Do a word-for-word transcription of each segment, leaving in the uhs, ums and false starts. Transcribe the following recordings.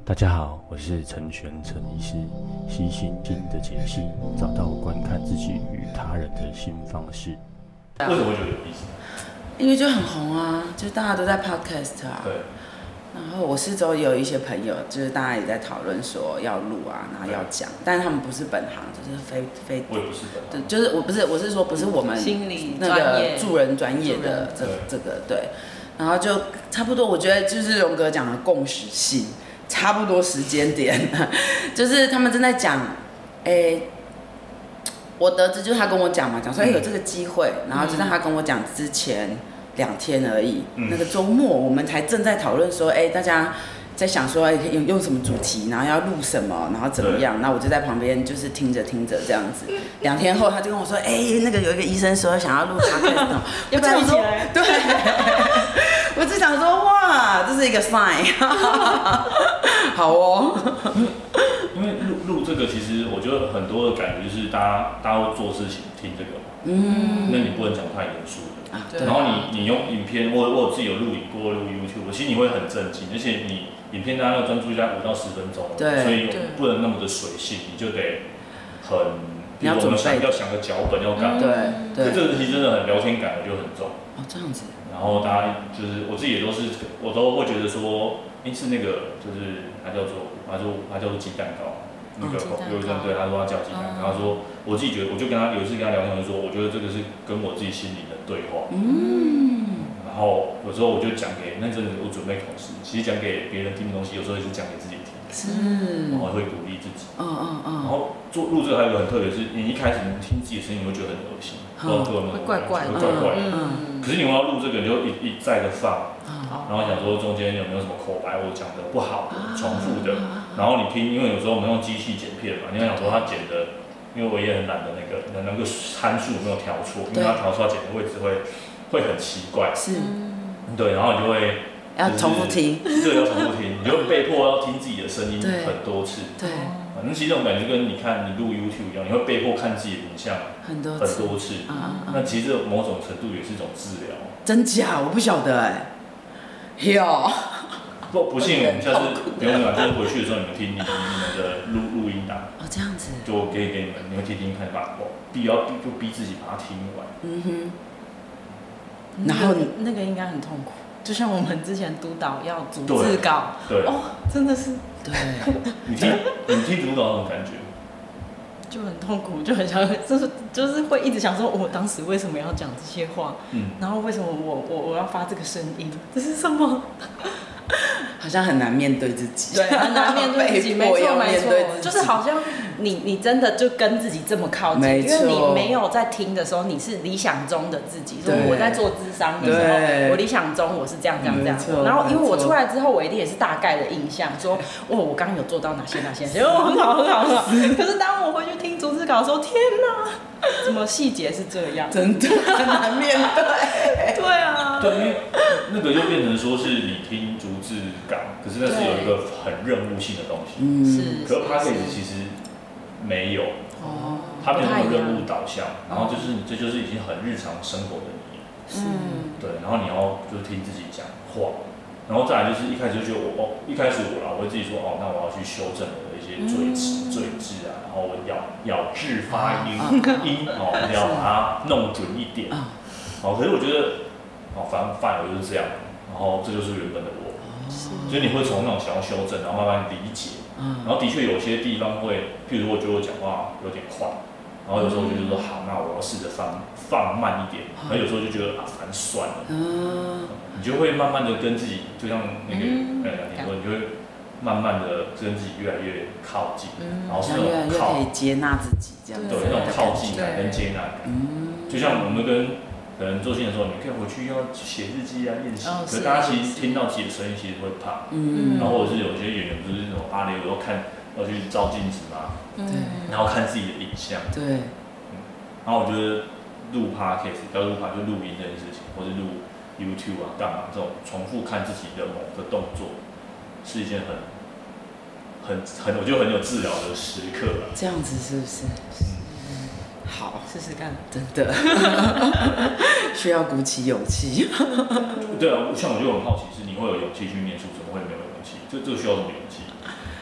大家好，我是陈玄陈医师，悉心经的解析，找到观看自己与他人的新方式。 为什么会觉得有意思？ 因为就很红啊，就大家都在 podcast 啊。 对。 然后我四周也有一些朋友，就是大家也在讨论说要录啊，然后要讲，但是他们不是本行，就是非非。 我也不是本行。 就是我不是，我是说不是我们心理那个助人专业的这这个对，然后就差不多，我觉得就是荣格讲的共识性。差不多时间点，就是他们正在讲，哎、欸，我得知就是他跟我讲嘛，讲说哎、欸、有这个机会，然后就在他跟我讲之前两天而已，嗯、那个周末我们才正在讨论说，哎、欸，大家在想说，哎、欸，用用什么主题，然后要录什么，然后怎么样，然后我就在旁边就是听着听着这样子。两天后他就跟我说，哎、欸，那个有一个医生说想要录 podcast， 要站起来， 对。我只想说，哇，这是一个 sign， 好哦。 因为录录这个，其实我觉得很多的感觉就是大家大家会做事情听这个嘛，嗯，那你不能讲太严肃的，啊、然后你你用影片，我我自己有录影过录 YouTube， 其实你会很震惊，而且你影片大家要专注在五到十分钟， 对， 所以不能那么的随性，你就得很，比如我们想要想个脚本要干嘛， 对对， 这个其实真的很聊天感，我就很重。 哦，这样子。 然后大家就是我自己也都是，我都会觉得说，哎，是那个就是他叫做他说他叫做鸡蛋糕，那个有一阵对他说他叫鸡蛋糕，他说我自己觉得，我就跟他有一次跟他聊天，我就说我觉得这个是跟我自己心里的对话，嗯，然后有时候我就讲给那阵子我准备考试，其实讲给别人听的东西，有时候也是讲给自己听，是，然后会鼓励自己，嗯嗯嗯，然后做录这个还有一个很特别，是你一开始你听自己的声音，你会觉得很恶心。 会怪怪的， 会怪怪的。嗯。可是你要录这个，你就一一再的放，然后想说中间有没有什么口白我讲的不好的、重复的，然后你听，因为有时候我们用机器剪片嘛，你要想说他剪的，因为我也很懒的那个，那个参数有没有调错，因为他调出来剪的位置会会很奇怪。是。对，然后你就会要重复听， 对，要重复听，你就被迫要听自己的声音很多次。 对。 反正其实这种感觉跟你看你录 YouTube 一样，你会被迫看自己的影像很多很多次，那其实某种程度也是一种治疗。 真假？我不晓得哎。有。 不不信我们下次不用讲，就是回去的时候你们听你你们的录录音档。 哦，这样子。 就给给你们，你们听听看吧，必要就逼自己把它听完。嗯哼。 然后那个应该很痛苦，就像我们之前督导要逐字稿， 对， 哦，真的是。 对， 你听你听主导那种感觉， 就很痛苦，就很想，就是就是会一直想说，我当时为什么要讲这些话？嗯，然后为什么我我我要发这个声音？这是什么？ 好像很难面对自己， 对，很难面对自己，没错没错，就是好像你你真的就跟自己这么靠近，因为你没有在听的时候，你是理想中的自己，说我在做諮商的时候，我理想中我是这样这样这样，然后因为我出来之后，我一定也是大概的印象，说哦，我刚刚有做到哪些哪些，觉得我很好很好很好，可是当我回去听逐字稿的时候，天哪，怎么细节是这样？ 真的很难面对， 对啊， 对，因为那个就变成说是你听逐字稿，可是那是有一个很任务性的东西，嗯，是，可是 Podcast 其实没有，哦，它没有那么任务导向，然后就是这就是已经很日常生活的你，嗯，对，然后你要就是听自己讲话，然后再来就是一开始就觉得我哦，一开始我啦，我会自己说哦，那我要去修正我的一些赘词、赘字啊，然后我咬咬字发音音哦，要把它弄准一点，好，可是我觉得哦，反正范围就是这样，然后这就是原本的我，所以你会从那种想要修正，然后慢慢理解，然后的确有些地方会，譬如我觉得我讲话有点快。然后有时候我就觉得说好，那我要试着放放慢一点。然后有时候就觉得啊，反正算了。嗯。你就会慢慢的跟自己，就像那个呃，你说，你就会慢慢的跟自己越来越靠近，然后是那种靠， 可以接纳自己这样。 对，那种靠近感跟接纳感。嗯。就像我们跟可能做戏的时候，你可以回去要写日记啊，练习。可是大家其实听到自己的声音，其实会怕。嗯。然后或者是有些演员不是那种阿雷，有时候看。要去照镜子嘛，对，然后看自己的影像， 对， 嗯，然后我觉得录 podcast， 要录 podcast 就录音这件事情，或者录 YouTube 啊，干嘛这种重复看自己的某个动作，是一件很、很、很，我觉得很有治疗的时刻了。 这样子是不是？嗯，好， 试试看， 真的需要鼓起勇气。 对啊，像我就很好奇，是你会有勇气去念书，怎么会没有勇气？这这个需要什么勇气？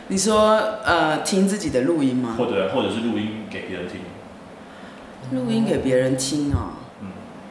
你说呃听自己的录音吗？ 或者或者是录音给别人听？ 录音给别人听哦。嗯。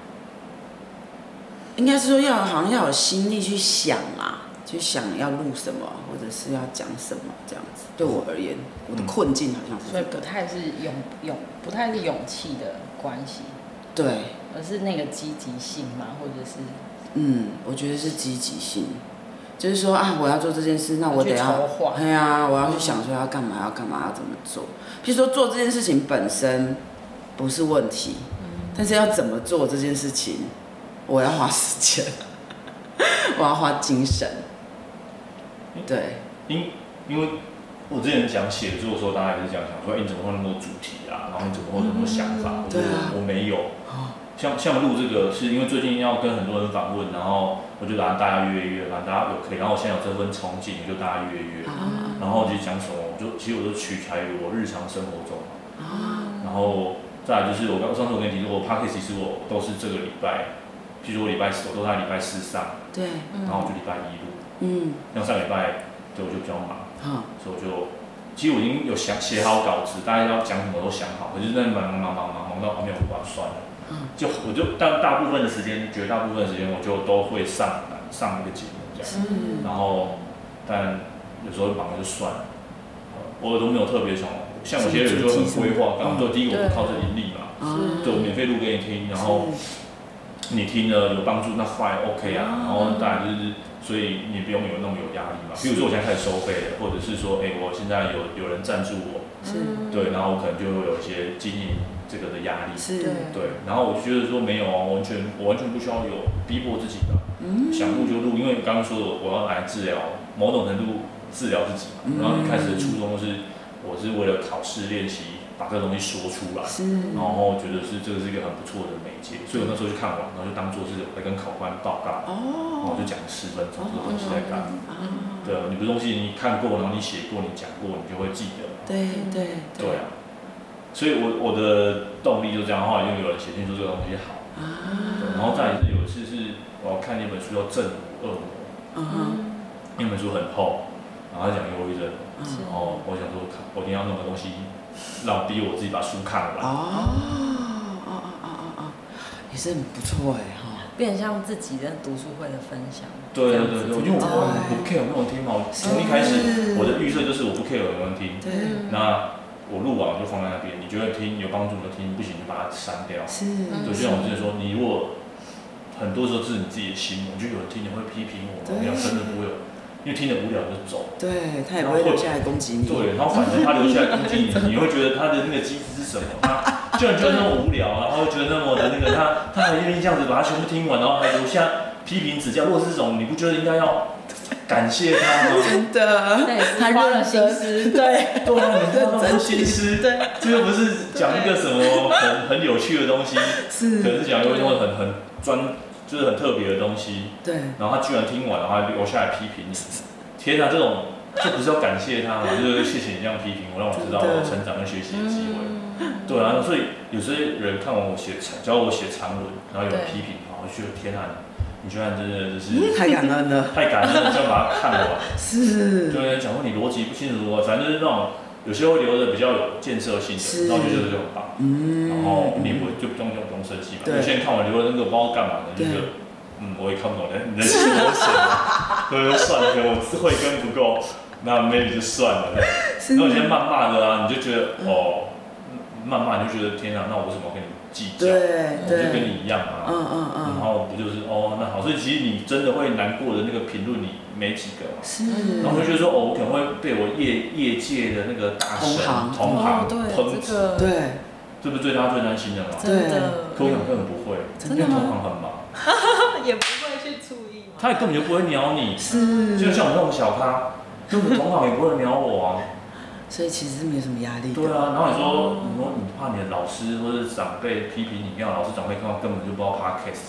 应该是说要好像要有心力去想啊，去想要录什么，或者是要讲什么这样子。对我而言，我的困境好像是、 这个、所以不太是勇勇，不太是勇气的关系。 对。 而是那个积极性嘛，或者是。 嗯，我觉得是积极性。就是说啊，我要做这件事，那我得要，对啊，我要去想说要干嘛，要干嘛，要怎么做。譬如说做这件事情本身不是问题，嗯、但是要怎么做这件事情，我要花时间，我要花精神。对， 因因为我之前讲写作的时候，大家也是这样想说，哎、欸，你怎么会那么多主题啊？然后你怎么会有那么多想法？嗯、我觉得我没有。像像录这个，是因为最近要跟很多人访问，然后我就让大家约约，让大家有可以，然后我现在有这份憧憬，我就大家约约，啊、然后就讲什么，我就其实我都取材于我日常生活中，啊、然后再来就是我刚上次我跟你提过，我 Podcast 其实我都是这个礼拜，譬如我礼拜四我都在礼拜四上， 对， 然后我就礼拜一录， 嗯， 像上礼拜对我就比较忙，嗯、所以我就其实我已经有想写好稿子，大家要讲什么都想好，可是在忙忙忙忙忙到没有办法算了。就我就但大部分的时间，绝大部分的时间我就都会上上那个节目这样，嗯、然后但有时候忙就算了，我都没有特别想，像有些人就很规划，刚刚说第一个我们靠这盈利嘛，对，我免费录给你听，然后你听了有帮助，那 fine OK 啊，然后当然就是所以你不用有那么有压力嘛，比如说我现在开始收费了，或者是说哎、欸、我现在有有人赞助我，对，然后我可能就会有一些经营这个的压力， 是， 对，然后我就觉得说没有啊，完全我完全不需要有逼迫自己的，嗯、想录就录，因为刚刚说的我要来治疗，某种程度治疗自己嘛，嗯、然后一开始的初衷是我是为了考试练习把这个东西说出来，然后觉得是这个是一个很不错的媒介，所以我那时候就看完，然后就当做是在跟考官报告，哦、然后就讲十分钟这个东西在干嘛，哦、对啊，你不是东西你看过，然后你写过，你讲过，你就会记得， 对对对啊。所以我，我的动力就这样，后来就有人写信说这个东西好，啊、然后再来是有一次是我要看那本书叫《正午恶魔》，嗯、那本书很厚，然后讲忧郁症，嗯、然后我想说，我一定要弄个东西，让逼我自己把书看完。 哦哦哦哦哦，也是很不错哎哈， 变像自己的读书会的分享。 对对对对，因为我我不 care 有没有人听嘛，从一开始我的预设就是我不 care 有没有人听，对，那。我录完我就放在那边，你觉得听有帮助就听，不行就把它删掉。是，就像我之前说，你如果很多时候是你自己的心，我就有人听你会批评我，我讲真的不会有，因为听得无聊就走。 对，他也不会留下来攻击你。 对，然后反正他留下来攻击你，你会觉得他的那个机制是什么？他居然觉得那么无聊，然后觉得那么的那个，他他还愿意这样子把它全部听完，然后还留下批评指教。如果是这种，你不觉得应该要？感谢他吗？ 真的， 他花了心思，对， 对啊，你花了心思，对，这又不是讲一个什么很很有趣的东西，是，可能是讲一个很很专，就是很特别的东西，对，然后他居然听完，然后留下来批评你，天哪，这种这不是要感谢他吗？就是谢谢你这样批评我，让我知道我成长跟学习的机会，对啊，所以有些人看完我写教我写长文，然后有人批评，我就觉得天哪。你居然真的就是太感恩了， 太感恩了，就要把它看完。 是， 就有人讲说你逻辑不清楚，反正就是那种有些会留的比较有建设性的，然后就觉得就很棒。嗯，然后你不就不用不用生气嘛。有些人看完留了那个不知道干嘛的，就觉得嗯我也看不懂的，你的心我写的，所以就算了，我慧根不够，那 maybe 就算了。然后有些谩骂的啊，你就觉得哦，谩骂你就觉得天啊，那我为什么跟你？计较，我就跟你一样啊，嗯嗯嗯，然后不就是哦，那好，所以其实你真的会难过的那个评论，你没几个嘛，是，然后就觉得说哦，我可能会被我业业界的那个大神同行抨击，对，这不是对他最担心的嘛？ 真的， 可我想根本不会，因为同行很忙， 也不会去注意， 他也根本就不会鸟你，是，就像我这种小咖，根本同行也不会鸟我啊。 所以其实是没什么压力的。 对啊，然后你说，你说你怕你的老师或者长辈批评你，让老师长辈看到根本就不知道 podcast。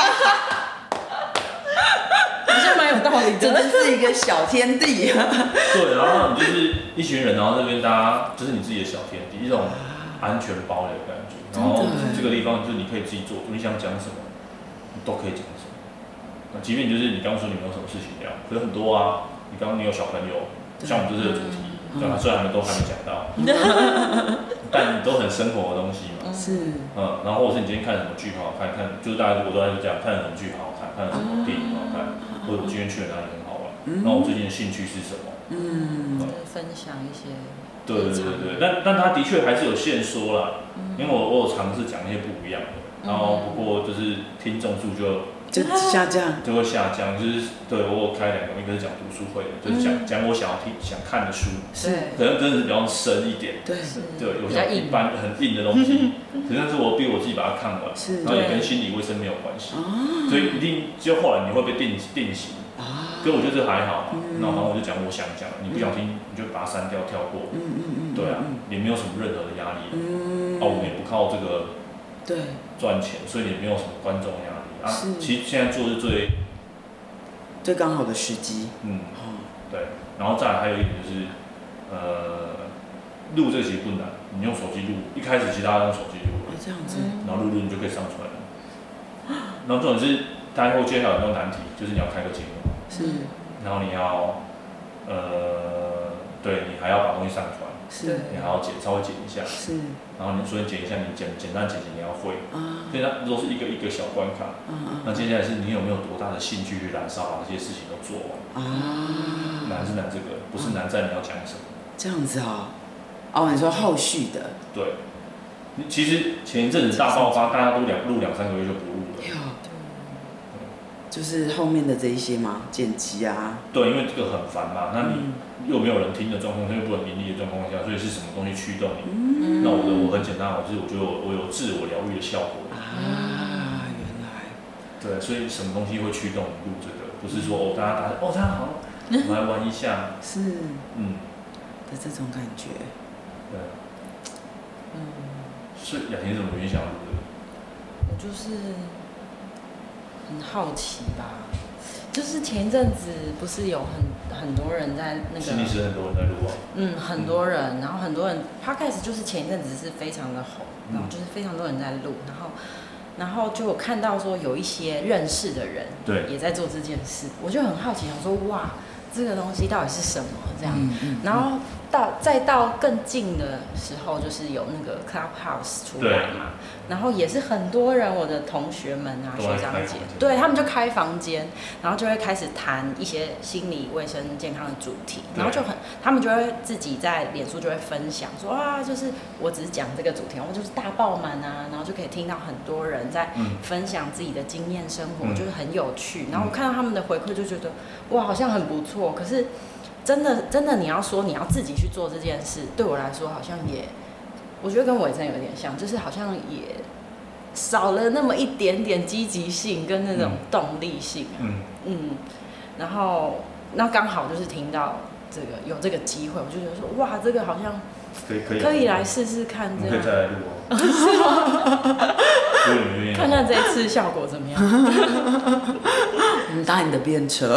好像蛮有道理的， 这是一个小天地。 对，然后你就是一群人，然后这边大家就是你自己的小天地，一种安全包的感觉。然后这个地方就是你可以自己做，你想讲什么，你都可以讲什么。那即便就是你刚刚说你没有什么事情聊，可是很多啊，你刚刚你有小朋友，像我们这次的主题。 对吧？虽然都还没讲到，但都很生活的东西嘛。 是。 嗯，然后或者是你今天看什么剧很好看，看就是大家我都在这样，看什么剧很好看，看什么电影很好看，或者我今天去了哪里很好玩，然后我最近的兴趣是什么？嗯， 分享一些。 对对对对，但但他的确还是有限缩啦，因为我我有尝试讲一些不一样的，然后不过就是听众数就就下降， 就会下降，就是对我有开两个，一个是讲读书会的，就是讲讲我想要听想看的书， 是， 可能真的是比较深一点， 对对，有像一般很硬的东西，可是我逼我自己把它看完，然后也跟心理卫生没有关系，所以一定就后来你会被定定型。所以我觉得这还好嘛，然后我就讲我想讲，你不想听你就把它删掉跳过，嗯嗯嗯，对啊，也没有什么任何的压力，嗯，啊我们也不靠这个对赚钱，所以也没有什么观众压力啊。其实现在做是最最刚好的时机， 嗯，对，然后再来还有一点就是，呃，录这个其实不难，你用手机录，一开始其实大家用手机录， 这样子， 然后录录你就可以上传了，然后重点是大家会接下来有很多难题，就是你要开个节目。是，然后你要，呃，对你还要把东西上传，是，你还要剪，稍微剪一下，是，然后你所以剪一下，你简简单剪辑你要会，啊，所以它都是一个一个小关卡，嗯嗯，那接下来是你有没有多大的兴趣去燃烧把这些事情都做完，啊，难是难这个，不是难在你要讲什么， 这样子啊，哦，你说后续的， 对，其实前一阵子大爆发，大家都两录两三个月就不录了。 就是后面的这一些嘛，剪辑啊。 对，因为这个很烦嘛，那你又没有人听的状况，又不能盈利的状况下，所以是什么东西驱动你？嗯、那我的我很简单，我是我觉得我我有自我疗愈的效果。 啊，原来。 对，所以什么东西会驱动你录这个？不是说哦，大家打哦，大家好，我们来玩一下。 是。嗯。的这种感觉。 对。嗯。是雅婷怎么原因想录的？ 我就是。很好奇吧，就是前一阵子不是有很很多人在那个， 心理师很多人在录啊， 嗯，很多人，然后很多人 podcast 就是前一阵子是非常的红，然后就是非常多人在录，然后然后就有看到说有一些认识的人，对，也在做这件事，我就很好奇，想说哇，这个东西到底是什么这样，嗯嗯、然后到再到更近的时候，就是有那个 Clubhouse 出来嘛。然后也是很多人，我的同学们啊、学长姐，对他们就开房间，然后就会开始谈一些心理卫生健康的主题，然后就很，他们就会自己在脸书就会分享说啊，就是我只是讲这个主题，然后就是大爆满啊，然后就可以听到很多人在分享自己的经验生活，嗯、就是很有趣。然后我看到他们的回馈，就觉得哇，好像很不错。可是真的真的，你要说你要自己去做这件事，对我来说好像也。我觉得跟伟真有点像，就是好像也少了那么一点点积极性跟那种动力性、啊。嗯嗯。然后，那刚好就是听到这个有这个机会，我就觉得说，哇，这个好像可以可以可以来试试看这样。 可以再来录哦。是吗？ 看看这一次效果怎么样？ 我们搭你的便车。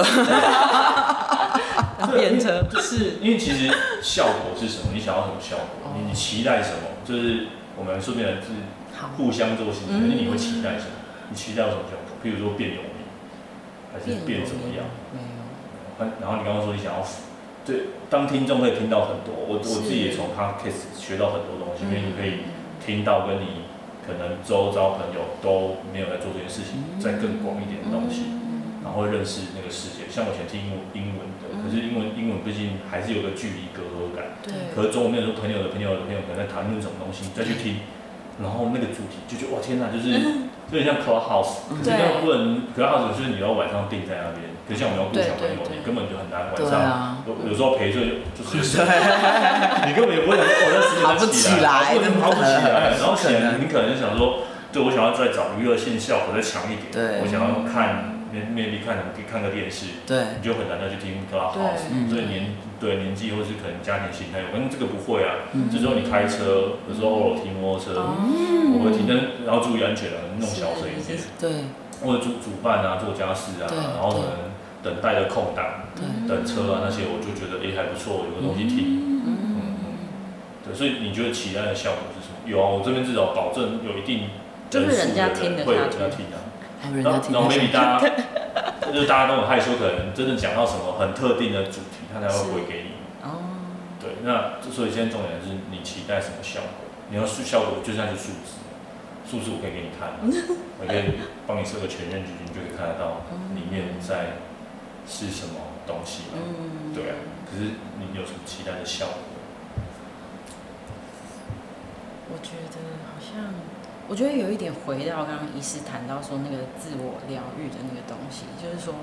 便车是因为其实效果是什么？你想要什么效果？你你期待什么？就是我们顺便是互相做心理，那你会期待什么？你期待什么效果？譬如说变有名，还是变怎么样？没有。然后你刚刚说你想要，对，当听众可以听到很多，我我自己也从他 case 学到很多东西，因为你可以听到跟你可能周遭朋友都没有在做这件事情，再更广一点的东西。然后会认识那个世界，像我以前听英文英文的，可是英文英文毕竟还是有个距离隔阂感。对。可是中文面的朋友的朋友的朋友可能在谈论什么东西，再去听，然后那个主题就觉得哇天哪，就是有点像 Clubhouse， 可是那不能 Clubhouse 就是你要晚上定在那边，可是像我们要顾小朋友，你根本就很难晚上。有有时候陪睡就是，你根本也不会想说哦，那十点再起来，不能跑不起来，然后起来你可能想说，对我想要再找娱乐性效果再强一点，我想要看。maybe 看看个电视，对，你就很难再去听 Clubhouse，所以年对年纪或是可能家庭形态有，但这个不会啊，这时候你开车，有时候偶尔骑摩托车，我会停，但然后注意安全啊，弄小声一点，对，或者煮煮饭啊，做家事啊，然后可能等待的空档，等车啊那些，我就觉得哎还不错，有个东西听，嗯嗯，对，所以你觉得期待的效果是什么？有啊，我这边至少保证有一定就是人家听的， 会有人家听啊。然后 maybe 大家，就是大家都很害羞，可能真的讲到什么很特定的主题，他才会回给你。哦，对， 对，那所以现在重点是你期待什么效果？你要是效果就像是数字，数字我可以给你看，我可以帮你设个全任局，你就可以看得到里面在是什么东西嘛。嗯，对啊。可是你有什么期待的效果？ 我觉得好像，我觉得有一点回到刚刚医师谈到说那个自我疗愈的那个东西，就是说。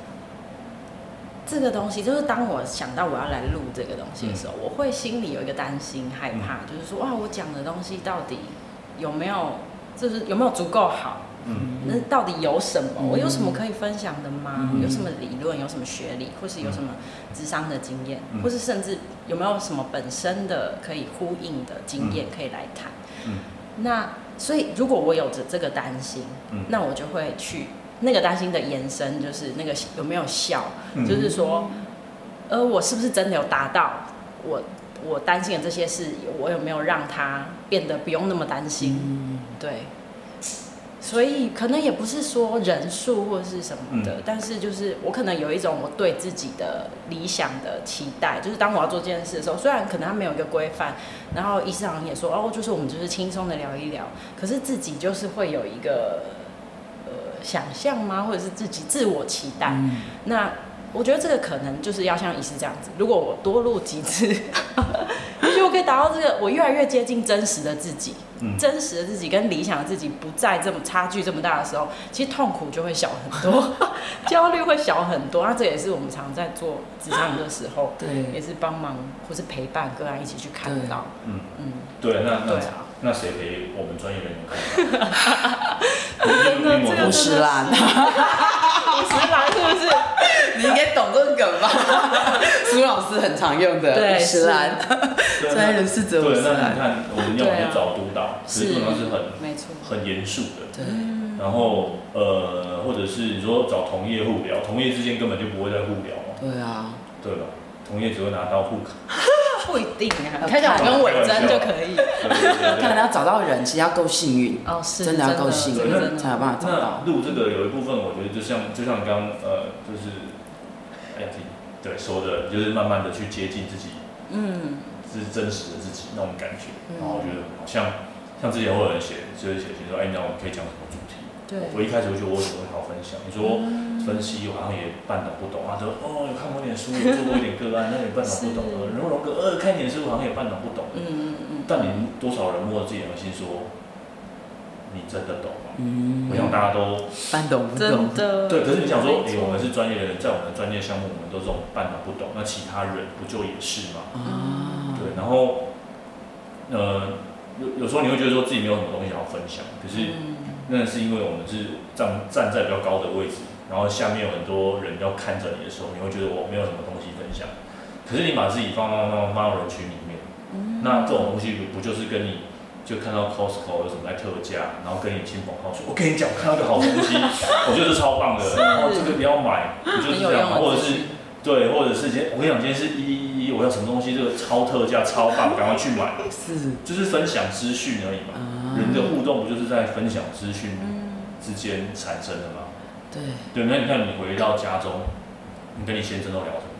这个东西就是当我想到我要来录这个东西的时候，嗯、我会心里有一个担心、害怕，嗯、就是说哇，我讲的东西到底有没有，就是有没有足够好？嗯，那到底有什么？嗯、我有什么可以分享的吗？嗯、有什么理论？有什么学历？或是有什么諮商的经验？嗯、或是甚至有没有什么本身的可以呼应的经验可以来谈？嗯，那所以如果我有着这个担心，嗯、那我就会去。那个担心的延伸就是那个有没有效，嗯、就是说，呃，我是不是真的有达到我我担心的这些事，我有没有让它变得不用那么担心？嗯、对，所以可能也不是说人数或是什么的，嗯、但是就是我可能有一种我对自己的理想的期待，就是当我要做这件事的时候，虽然可能它没有一个规范，然后医生好像也说哦，就是我们就是轻松的聊一聊，可是自己就是会有一个。想象吗？或者是自己自我期待？嗯、那我觉得这个可能就是要像医师这样子，如果我多录几次，也许我可以达到这个，我越来越接近真实的自己，嗯、真实的自己跟理想的自己不再这么差距这么大的时候，其实痛苦就会小很多，焦虑会小很多。那这也是我们常在做諮商的时候，对，也是帮忙或是陪伴个案一起去看到。嗯嗯，对，那那。对啊那谁陪我们专业人员看到？ 真的，这个五十岚， 五十岚是不是？ 你应该懂这个梗吧？苏老师很常用的五十岚，专业人士则五十岚。 对，那你看，我们要去找督导，其实通常是很没错， 很严肃的。对。然后呃，或者是你说找同业互聊，同业之间根本就不会再互聊嘛。 对啊。 对吧？同业只会拿刀互砍。 不一定啊，看起来我跟伟珍就可以。 看要找到人，其实要够幸运哦，是真的要够幸运才有办法找到。 录这个有一部分，我觉得就像就像刚呃，就是哎呀，对说的，就是慢慢的去接近自己，嗯，是真实的自己那种感觉。然后我觉得好像像之前会有人写，就是写信说，哎，那我们可以讲什么主题？对，我一开始我觉得我怎么会好分享？你说分析，我好像也半懂不懂啊，就哦，有看过一点书，有做过一点个案，那也半懂不懂。然后荣格呃，看一点书好像也半懂不懂。嗯嗯嗯。但你多少人摸着自己的心说，你真的懂吗？嗯。我想大家都半懂不懂。 的。对，可是你想说，哎，我们是专业的人，在我们的专业项目，我们都这种半懂不懂，那其他人不就也是吗？啊。对，然后呃，有有时候你会觉得说自己没有什么东西想要分享，可是。那是因为我们是站站在比较高的位置，然后下面有很多人要看着你的时候，你会觉得我没有什么东西分享。可是你把自己放放放放到人群里面，嗯、那这种东西不就是跟你就看到 Costco 有什么在特价，然后跟你亲朋好友说，我跟你讲，我看到个好东西，我觉得是超棒的，然后这个你要买，你就是这样，或者是对，或者是今天我跟你讲，今天是一一一，我要什么东西，这个超特价超棒，赶快去买，是，就是分享资讯而已嘛。嗯人的互动不就是在分享资讯之间产生的吗？对。对，那你看你回到家中，你跟你先生都聊什么？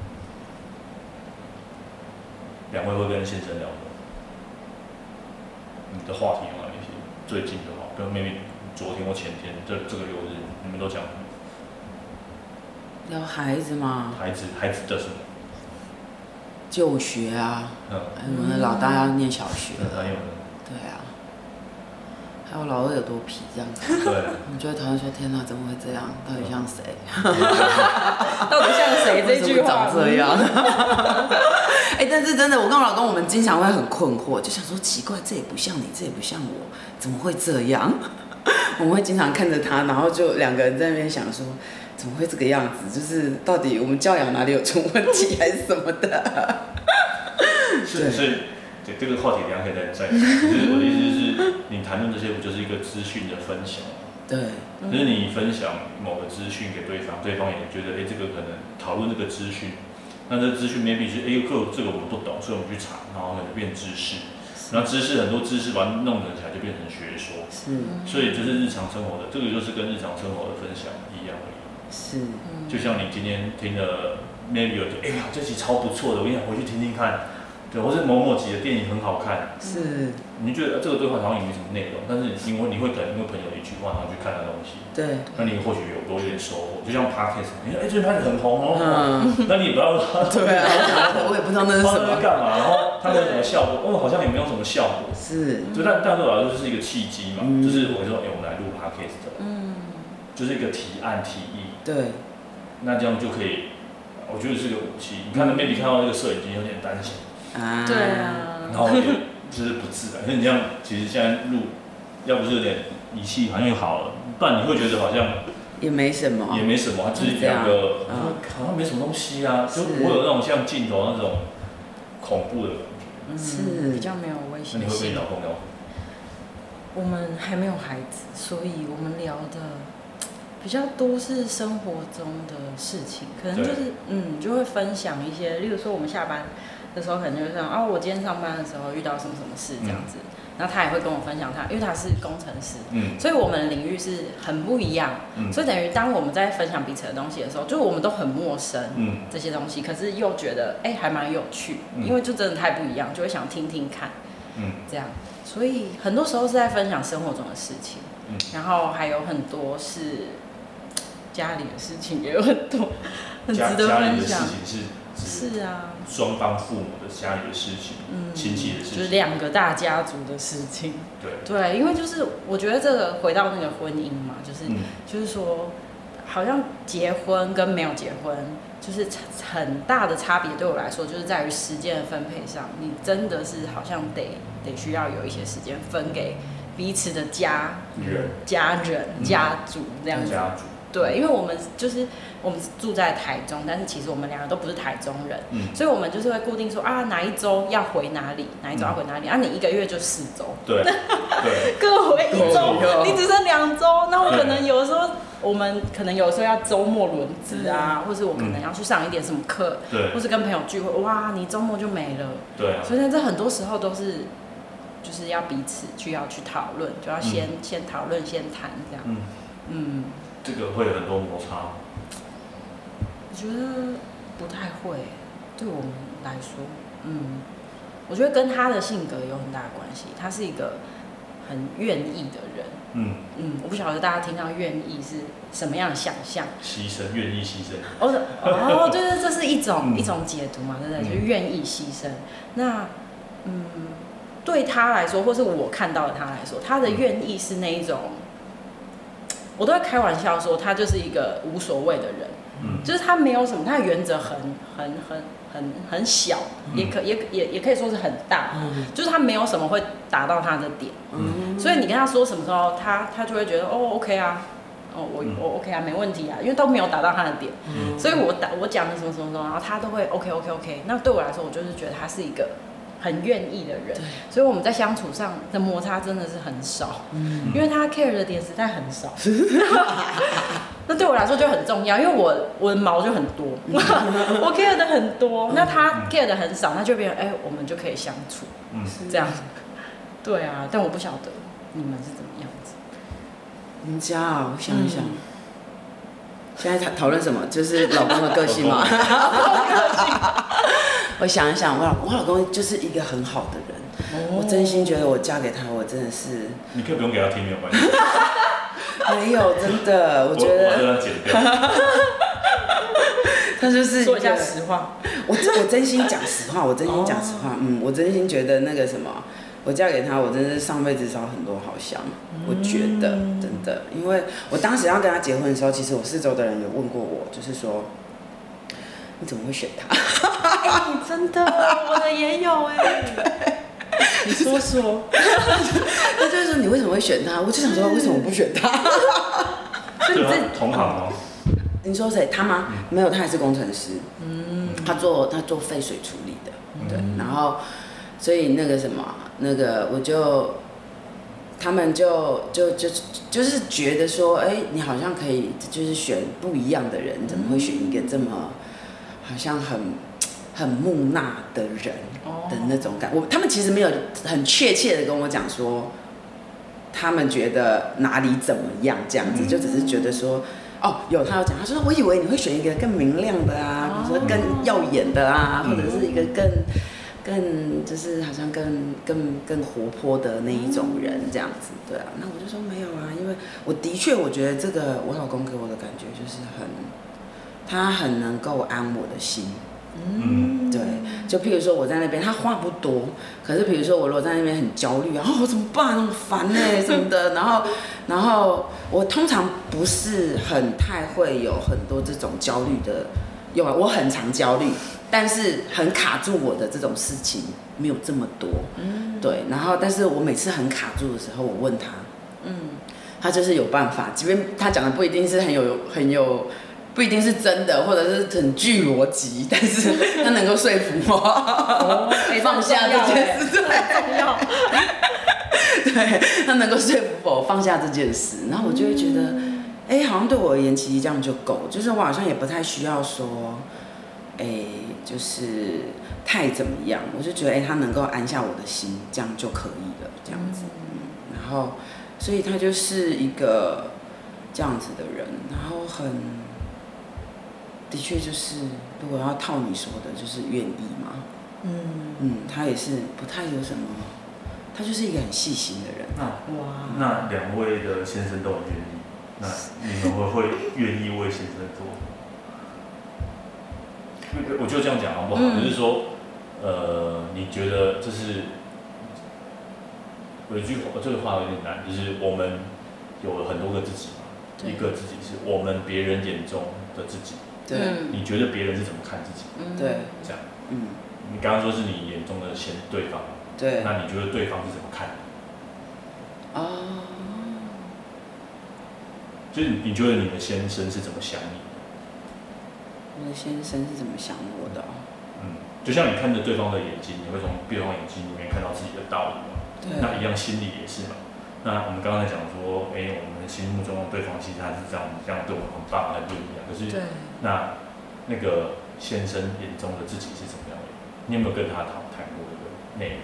两位会跟先生聊什么？你的话题有哪一些？最近的话，跟妹妹昨天或前天这这个六日，你们都讲什么？ 聊孩子吗？ 孩子，孩子的什么？ 就学啊。嗯。我们老大要念小学了。还有呢？对啊。还有老二有多皮这样子，对，我们就会讨论说：天哪，怎么会这样？到底像谁？ 到底像谁？这句话长这样。哎、欸，但是真的，我跟我老公，我们经常会很困惑，就想说奇怪，这也不像你，这也不像我，怎么会这样？我们会经常看着他，然后就两个人在那边想说，怎么会这个样子？就是到底我们教养哪里有出问题，还是什么的？ 是是。对这个话题，等一下可以再再讲。就是我的意思是，你谈论这些不就是一个资讯的分享吗？对。就是你分享某个资讯给对方，对方也觉得，哎、欸，这个可能讨论这个资讯，那这资讯 maybe 是，哎、欸，这个我们不懂，所以我们去查，然后可能变知识。然后知识很多知识把它弄起来就变成学说。是。所以就是日常生活的，这个就是跟日常生活的分享一样而已。是。就像你今天听了 maybe 有就哎呀这集超不错的，我跟你讲回去听听看，对，或是某某集的电影很好看， 是， 你就觉得这个对话好像也没什么内容，但是因为你会可能因为朋友的一句话，然后去看那东西， 对， 那你或许有多一点收获，就像 podcast， 你说哎最近拍的很红哦，嗯，那你也不要对啊，我也不知道那是什么干嘛，然后它有什么效果，哦好像也没有什么效果， 是， 就但但对我来说就是一个契机嘛，嗯、就是我说哎、欸、我们来录 podcast， 嗯，就是一个提案提议， 对， 那这样就可以，我觉得是个武器。你看那边你看到那个摄影机有点担心， 啊， 对啊， 然后也就是不自然，所以你这样其实现在录，要不是有点仪器好像又好了，不然你会觉得好像也没什么， 也没什么，它就是两个、嗯、好像没什么东西啊，就我有那种像镜头那种恐怖的感觉， 是比较没有危险性。 那你会跟你老公聊？ 我们还没有孩子，所以我们聊的比较多是生活中的事情，可能就是嗯，就会分享一些，例如说我们下班的时候，可能就是啊，我今天上班的时候遇到什么什么事这样子，嗯、然后他也会跟我分享他，因为他是工程师，嗯，所以我们的领域是很不一样，嗯，所以等于当我们在分享彼此的东西的时候，就我们都很陌生，嗯，这些东西，可是又觉得哎、欸、还蛮有趣，嗯、因为就真的太不一样，就会想听听看，嗯，这样，所以很多时候是在分享生活中的事情，嗯，然后还有很多是家里的事情，也有很多很值得分享。是啊， 双方父母的家里的事情，嗯，亲戚的事情， 就是两个大家族的事情。 对对，因为就是我觉得这个回到那个婚姻嘛，就是、嗯、就是说，好像结婚跟没有结婚，就是很大的差别。对我来说，就是在于时间的分配上，你真的是好像得得需要有一些时间分给彼此的家人、 家人、嗯、家族这样子。 家族。 对，因为我们就是我们住在台中，但是其实我们两个都不是台中人，嗯，所以我们就是会固定说啊，哪一周要回哪里，哪一周要回哪里，嗯、啊，你一个月就四周， 对，对， 各回一周，你只剩两周，那我可能有的时候，我们可能有时候要周末轮值啊，或是我可能要去上一点什么课，对，或是跟朋友聚会，哇，你周末就没了， 对、啊， 所以这很多时候都是就是要彼此去要去讨论，就要先、嗯、先讨论，先谈这样，嗯。嗯这个会有很多摩擦， 我觉得不太会，对我们来说，嗯，我觉得跟他的性格有很大的关系。他是一个很愿意的人，嗯嗯，我不晓得大家听到愿意是什么样的想象？ 牺牲，愿意牺牲。 哦哦，对对，这是一种、嗯、一种解读嘛，对不对？就是愿意牺牲。那嗯，对他来说，或是我看到的他来说，他的愿意是那一种。我都会开玩笑说，他就是一个无所谓的人，嗯，就是他没有什么，他的原则很很很很很小，嗯、也可也也也可以说是很大，嗯、就是他没有什么会打到他的点，嗯，所以你跟他说什么时候，他他就会觉得哦 OK 啊，哦我我 OK 啊，没问题啊，因为都没有打到他的点，嗯、所以我打我讲的什么什么什么，然后他都会 OK OK OK， 那对我来说，我就是觉得他是一个。很愿意的人，所以我们在相处上的摩擦真的是很少，嗯、因为他 care 的点实在很少，那对我来说就很重要，因为我我的毛就很多，我 care 的很多，那他 care 的很少，那就变成哎、欸，我们就可以相处，嗯、这样，对啊，但我不晓得你们是怎么样子。 你们家啊，我想一想。嗯现在讨论什么？就是老公的个性嘛。我想一想，我老我老公就是一个很好的人，哦、我真心觉得我嫁给他，我真的是。 你可以不用给他听，没有关系。 没有，真的，我觉得。 我我要剪掉。 他就是说一下实话。 我我真心讲实话，我真心讲实话，哦、嗯，我真心觉得那个什么。我嫁给他，我真的是上辈子烧很多好香，嗯、我觉得真的，因为我当时要跟他结婚的时候，其实我四周的人有问过我，就是说你怎么会选他？ 哎、欸，真的，我的也有哎、欸，你说说， 他就是说你为什么会选他？我就想说为什么我不选他？ 对啊，同行哦。 你说谁？他吗？嗯、没有，他也是工程师，嗯，他做他做废水处理的，嗯、对，然后。所以那个什么，那个我就，他们就就就就是觉得说，哎，你好像可以就是选不一样的人，怎么会选一个这么好像很很木讷的人的那种感？我他们其实没有很确切的跟我讲说，他们觉得哪里怎么样这样子，就只是觉得说， 哦，有他有讲，他说我以为你会选一个更明亮的啊，比如说更耀眼的啊，或者是一个更更就是好像更更更活泼的那一种人这样子，对啊。那我就说没有啊，因为我的确我觉得这个我老公给我的感觉就是很，他很能够安我的心。嗯，对，就譬如说我在那边，他话不多，可是比如说我如果在那边很焦虑啊，哦怎么办，很烦哎什么的，然后然后我通常不是很太会有很多这种焦虑的，有啊，我很常焦虑，但是很卡住我的这种事情没有这么多，嗯，对，然后但是我每次很卡住的时候，我问他，嗯，他就是有办法，即便他讲的不一定是很有很有。不一定是真的，或者是很具逻辑，但是他能够说服我、哦、放下这件事， 很重要。 对，他能够说服我放下这件事，然后我就会觉得，哎、欸，好像对我而言，其实这样就够，就是我好像也不太需要说，哎、欸，就是太怎么样，我就觉得，哎、欸，他能够安下我的心，这样就可以了，这样子。嗯，然后，所以他就是一个这样子的人，然后很。的确就是，如果要套你说的，就是愿意嘛。嗯嗯，他也是不太有什么，他就是一个很细心的人。 那哇，那两位的先生都很愿意，那你们会会愿意为先生做？我就这样讲好不好？嗯、就是说，呃，你觉得这是有一句话，这个话有点难，就是我们有很多个自己嘛，一个自己是我们别人眼中的自己。对，你觉得别人是怎么看自己？ 对， 这样，嗯，你刚刚说是你眼中的先对方， 对， 那你觉得对方是怎么看？哦，就是你觉得你的先生是怎么想你的？ 我的先生是怎么想我的？ 嗯，就像你看着对方的眼睛，你会从对方眼睛里面看到自己的道理嘛？对，那一样心里也是嘛。那我们刚刚在讲说，哎、欸，我们心目中的对方其实他是这样，这样对我们很棒，很不一样。可是，那那个先生眼中的自己是怎么样的？你有没有跟他谈谈过这个内容？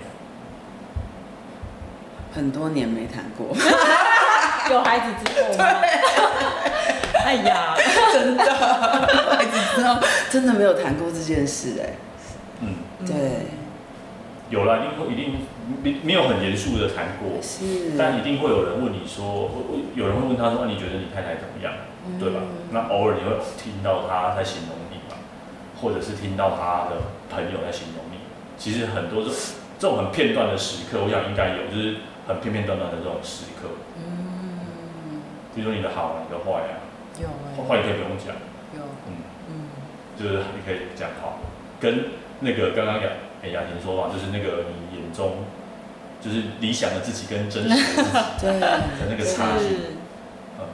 很多年没谈过。 有孩子之后吗？哎呀， 真的，孩子之后真的没有谈过这件事哎、欸。嗯，对。 有啦，一定会一定没没有很严肃的谈过，是，但一定会有人问你说，有人会问他说，啊、你觉得你太太怎么样，嗯、对吧？那偶尔你会听到他在形容你嘛，或者是听到他的朋友在形容你。其实很多这种这种很片段的时刻，我想应该有，就是很片片段段的这种时刻。嗯，比如说你的好，你的坏啊，有哎，坏你可以不用讲，有，嗯嗯，就是你可以讲好，跟那个刚刚讲。哎，雅婷说嘛，就是那个你眼中，就是理想的自己跟真实的自己的那个差距。嗯，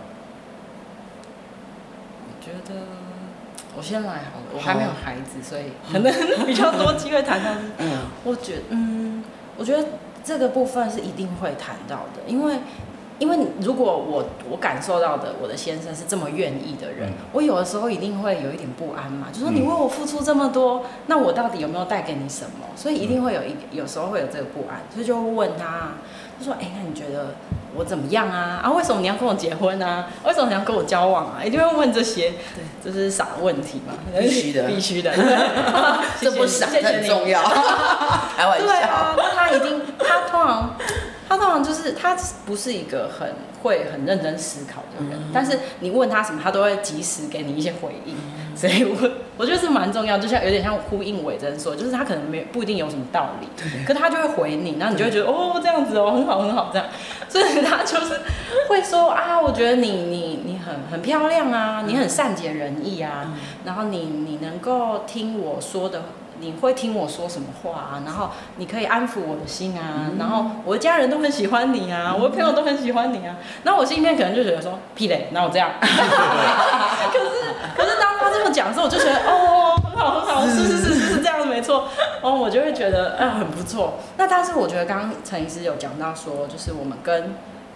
我觉得我先来好了，我还没有孩子，所以可能比较多机会谈到。嗯，我觉得，嗯，我觉得这个部分是一定会谈到的，因为。因为如果我我感受到的我的先生是这么愿意的人，嗯、我有的时候一定会有一点不安嘛，就说你为我付出这么多，那我到底有没有带给你什么？所以一定会有一有时候会有这个不安，所以就会问他，就说：“哎、欸，那你觉得我怎么样啊？啊，为什么你要跟我结婚啊？为什么你要跟我交往啊？”一定会问这些，对，这是傻问题嘛？ 必须的， 必须的， 这不傻，这很重要。开玩笑。 对啊，那他一定，他通常。他通常就是他不是一个很会很认真思考的人，嗯、但是你问他什么，他都会及时给你一些回应，嗯、所以我我觉得是蛮重要，就像有点像呼应伟珍说，就是他可能没不一定有什么道理，可他就会回你，然后你就会觉得哦这样子哦很好很好这样，所以他就是会说啊，我觉得你你你很很漂亮啊，你很善解人意啊，嗯、然后你你能够听我说的。你会听我说什么话啊？然后你可以安抚我的心啊，嗯、然后我的家人都很喜欢你啊，嗯、我的朋友都很喜欢你啊。那我心里面可能就觉得说屁嘞，哪有这样？可是可是当他这么讲的时候，我就觉得哦，很好很好，是是是是是这样没错。哦，我就会觉得啊很不错。那但是我觉得刚刚陈医师有讲到说，就是我们跟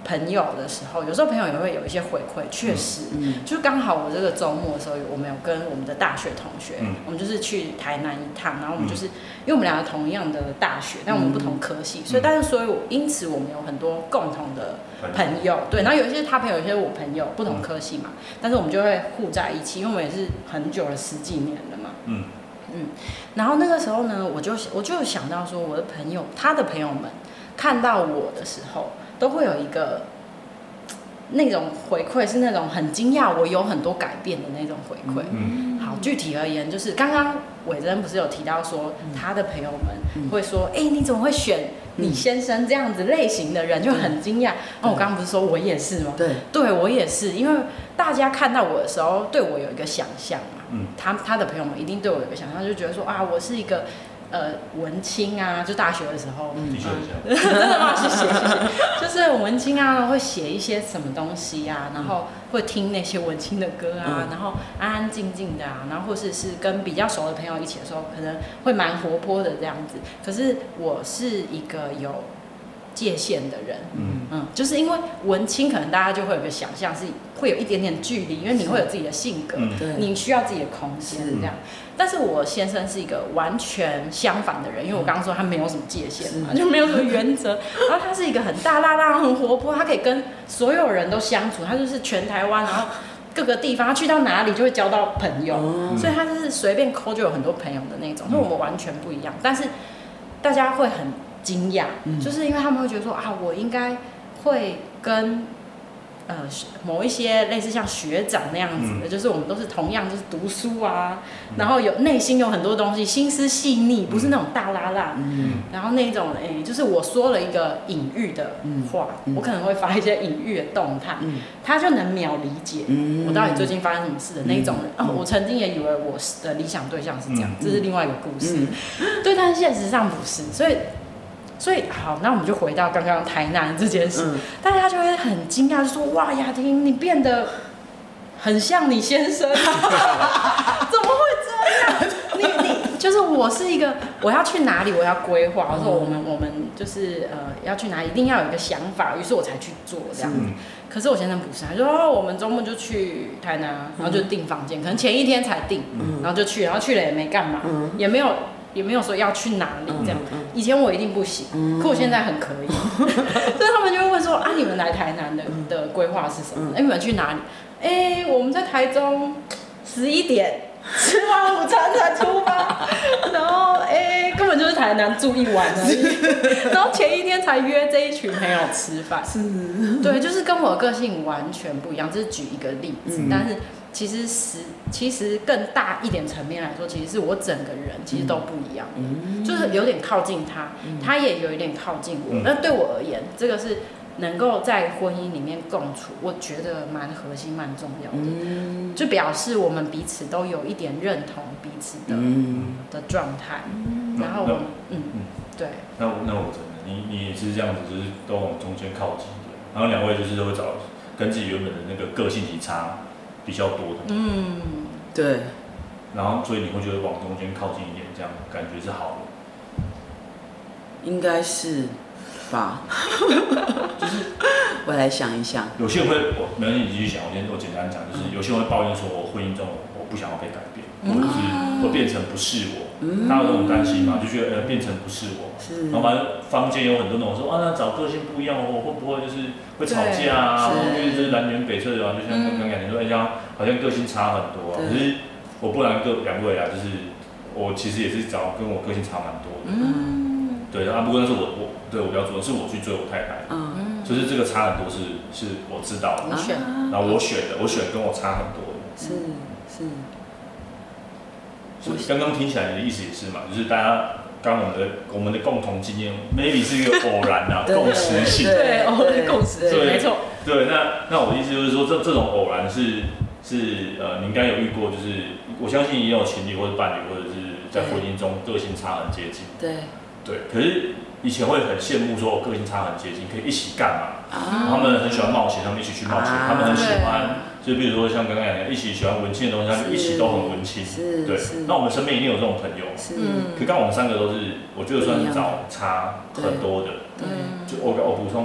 朋友的时候，有时候朋友也会有一些回馈，确实，嗯，就刚好我这个周末的时候，我们有跟我们的大学同学，嗯，我们就是去台南一趟，然后我们就是，因为我们两个同样的大学，但我们不同科系，所以但是所以我因此我们有很多共同的朋友，对，然后有一些他朋友，有一些我朋友，不同科系嘛，但是我们就会互在一起，因为我们也是很久了，十几年了嘛，嗯嗯，然后那个时候呢，我就我就想到说，我的朋友，他的朋友们看到我的时候。都会有一个那种回馈，是那种很惊讶，我有很多改变的那种回馈。嗯，好，具体而言，就是刚刚伟珍不是有提到说，他的朋友们会说，哎、欸，你怎么会选你先生这样子类型的人，就很惊讶。那、嗯、我刚刚不是说我也是吗？对，对我也是，因为大家看到我的时候，对我有一个想象嘛。嗯，他他的朋友们一定对我有一个想象，就觉得说啊，我是一个。呃，文青啊，就大学的时候， 的确是这样，真的吗？谢谢，谢谢。就是文青啊，会写一些什么东西啊，然后会听那些文青的歌啊，然后安安静静的啊，然后或是是跟比较熟的朋友一起的时候，可能会蛮活泼的这样子。可是我是一个有界限的人，嗯嗯，就是因为文青，可能大家就会有个想象是会有一点点距离，因为你会有自己的性格，嗯、你需要自己的空间这样。但是我先生是一个完全相反的人，因为我刚刚说他没有什么界限嘛，就没有什么原则。然后他是一个很大啦啦、很活泼，他可以跟所有人都相处，他就是全台湾，然后各个地方，他去到哪里就会交到朋友，嗯、所以他就是随便抠就有很多朋友的那种。所以我们完全不一样，但是大家会很惊讶，嗯、就是因为他们会觉得说啊，我应该会跟。呃，某一些类似像学长那样子的，嗯、就是我们都是同样就是读书啊，嗯、然后有内心有很多东西，心思细腻，不是那种大拉拉，嗯、然后那种哎、欸，就是我说了一个隐喻的话，嗯、我可能会发一些隐喻的动态，嗯、他就能秒理解我到底最近发生什么事的那种人。嗯、哦，我曾经也以为我的理想对象是这样，嗯、这是另外一个故事，嗯、对，但是现实上不是，所以。所以好，那我们就回到刚刚台南这件事，嗯、大家就会很惊讶，就说：“哇，雅婷，你变得很像你先生，怎么会这样？你你就是我是一个，我要去哪里，我要规划，我说我们我们就是呃要去哪里，一定要有一个想法，于是我才去做这样子。嗯、可是我先生不是，他说哦，我们周末就去台南，然后就订房间，可能前一天才订，嗯、然后就去，然后去了也没干嘛，嗯、也没有。”也没有说要去哪里这样，嗯嗯、以前我一定不行，嗯、可我现在很可以，所以他们就会问说啊，你们来台南的的规划是什么？哎、嗯，你们去哪里？哎、欸，我们在台中十一点吃完午餐才出发，然后哎、欸，根本就是台南住一晚而已，然后前一天才约这一群朋友吃饭，是，对，就是跟我的个性完全不一样。这是举一个例子，嗯、但是。其实实其实更大一点层面来说，其实是我整个人其实都不一样的，嗯、就是有点靠近他，嗯、他也有一点靠近我。那、嗯、对我而言，这个是能够在婚姻里面共处，我觉得蛮核心、蛮重要的。嗯、就表示我们彼此都有一点认同彼此的、嗯、的状态。嗯、然后我们嗯嗯对。 那我那我真的，你你也是这样子，就是都往中间靠近的。然后两位就是都会找跟自己原本的那个个性体差。比较多的， 嗯，对， 然后所以你会觉得往中间靠近一点，这样感觉是好的， 应该是吧？就是我来想一想， 有些人会，我没关系，你继续想，我先我简单讲，就是有些人会抱怨说，我婚姻中我不想要被改变，嗯、或者是会变成不是我，嗯、大家有这种担心嘛，就觉得呃变成不是我，是，然后反正坊间有很多那种说啊，那找个性不一样，我会不会就是会吵架啊？因为这是南辕北辙的啊，就像刚刚讲说，哎、欸，像好像个性差很多啊。可是我不然各两位啊，就是我其实也是找跟我个性差蛮多的。嗯。对啊，不过那是我我对我比较主要是我去追我太太。嗯。就是这个差很多是是我知道的。选。然后我选的，我选跟我差很多的。 是是。 所以刚刚听起来你的意思也是嘛，就是大家。刚我们的我们的共同经验 ，maybe 是一个偶然啊，共识性。 对，偶然共识性，没错。 对，那那我的意思就是说，这这种偶然是是呃，你应该有遇过，就是我相信也有情侣或者伴侣，或者是在婚姻中个性差很接近。 对。 对，可是以前会很羡慕说，我个性差很接近，可以一起干嘛？啊、他们很喜欢冒险，他们一起去冒险，啊、他们很喜欢。就比如说像刚刚讲的，一起喜欢文青的东西，他就一起都很文青。对，那我们身边一定有这种朋友。嗯。可刚我们三个都是，我觉得算是找差很多的。对。就我我补充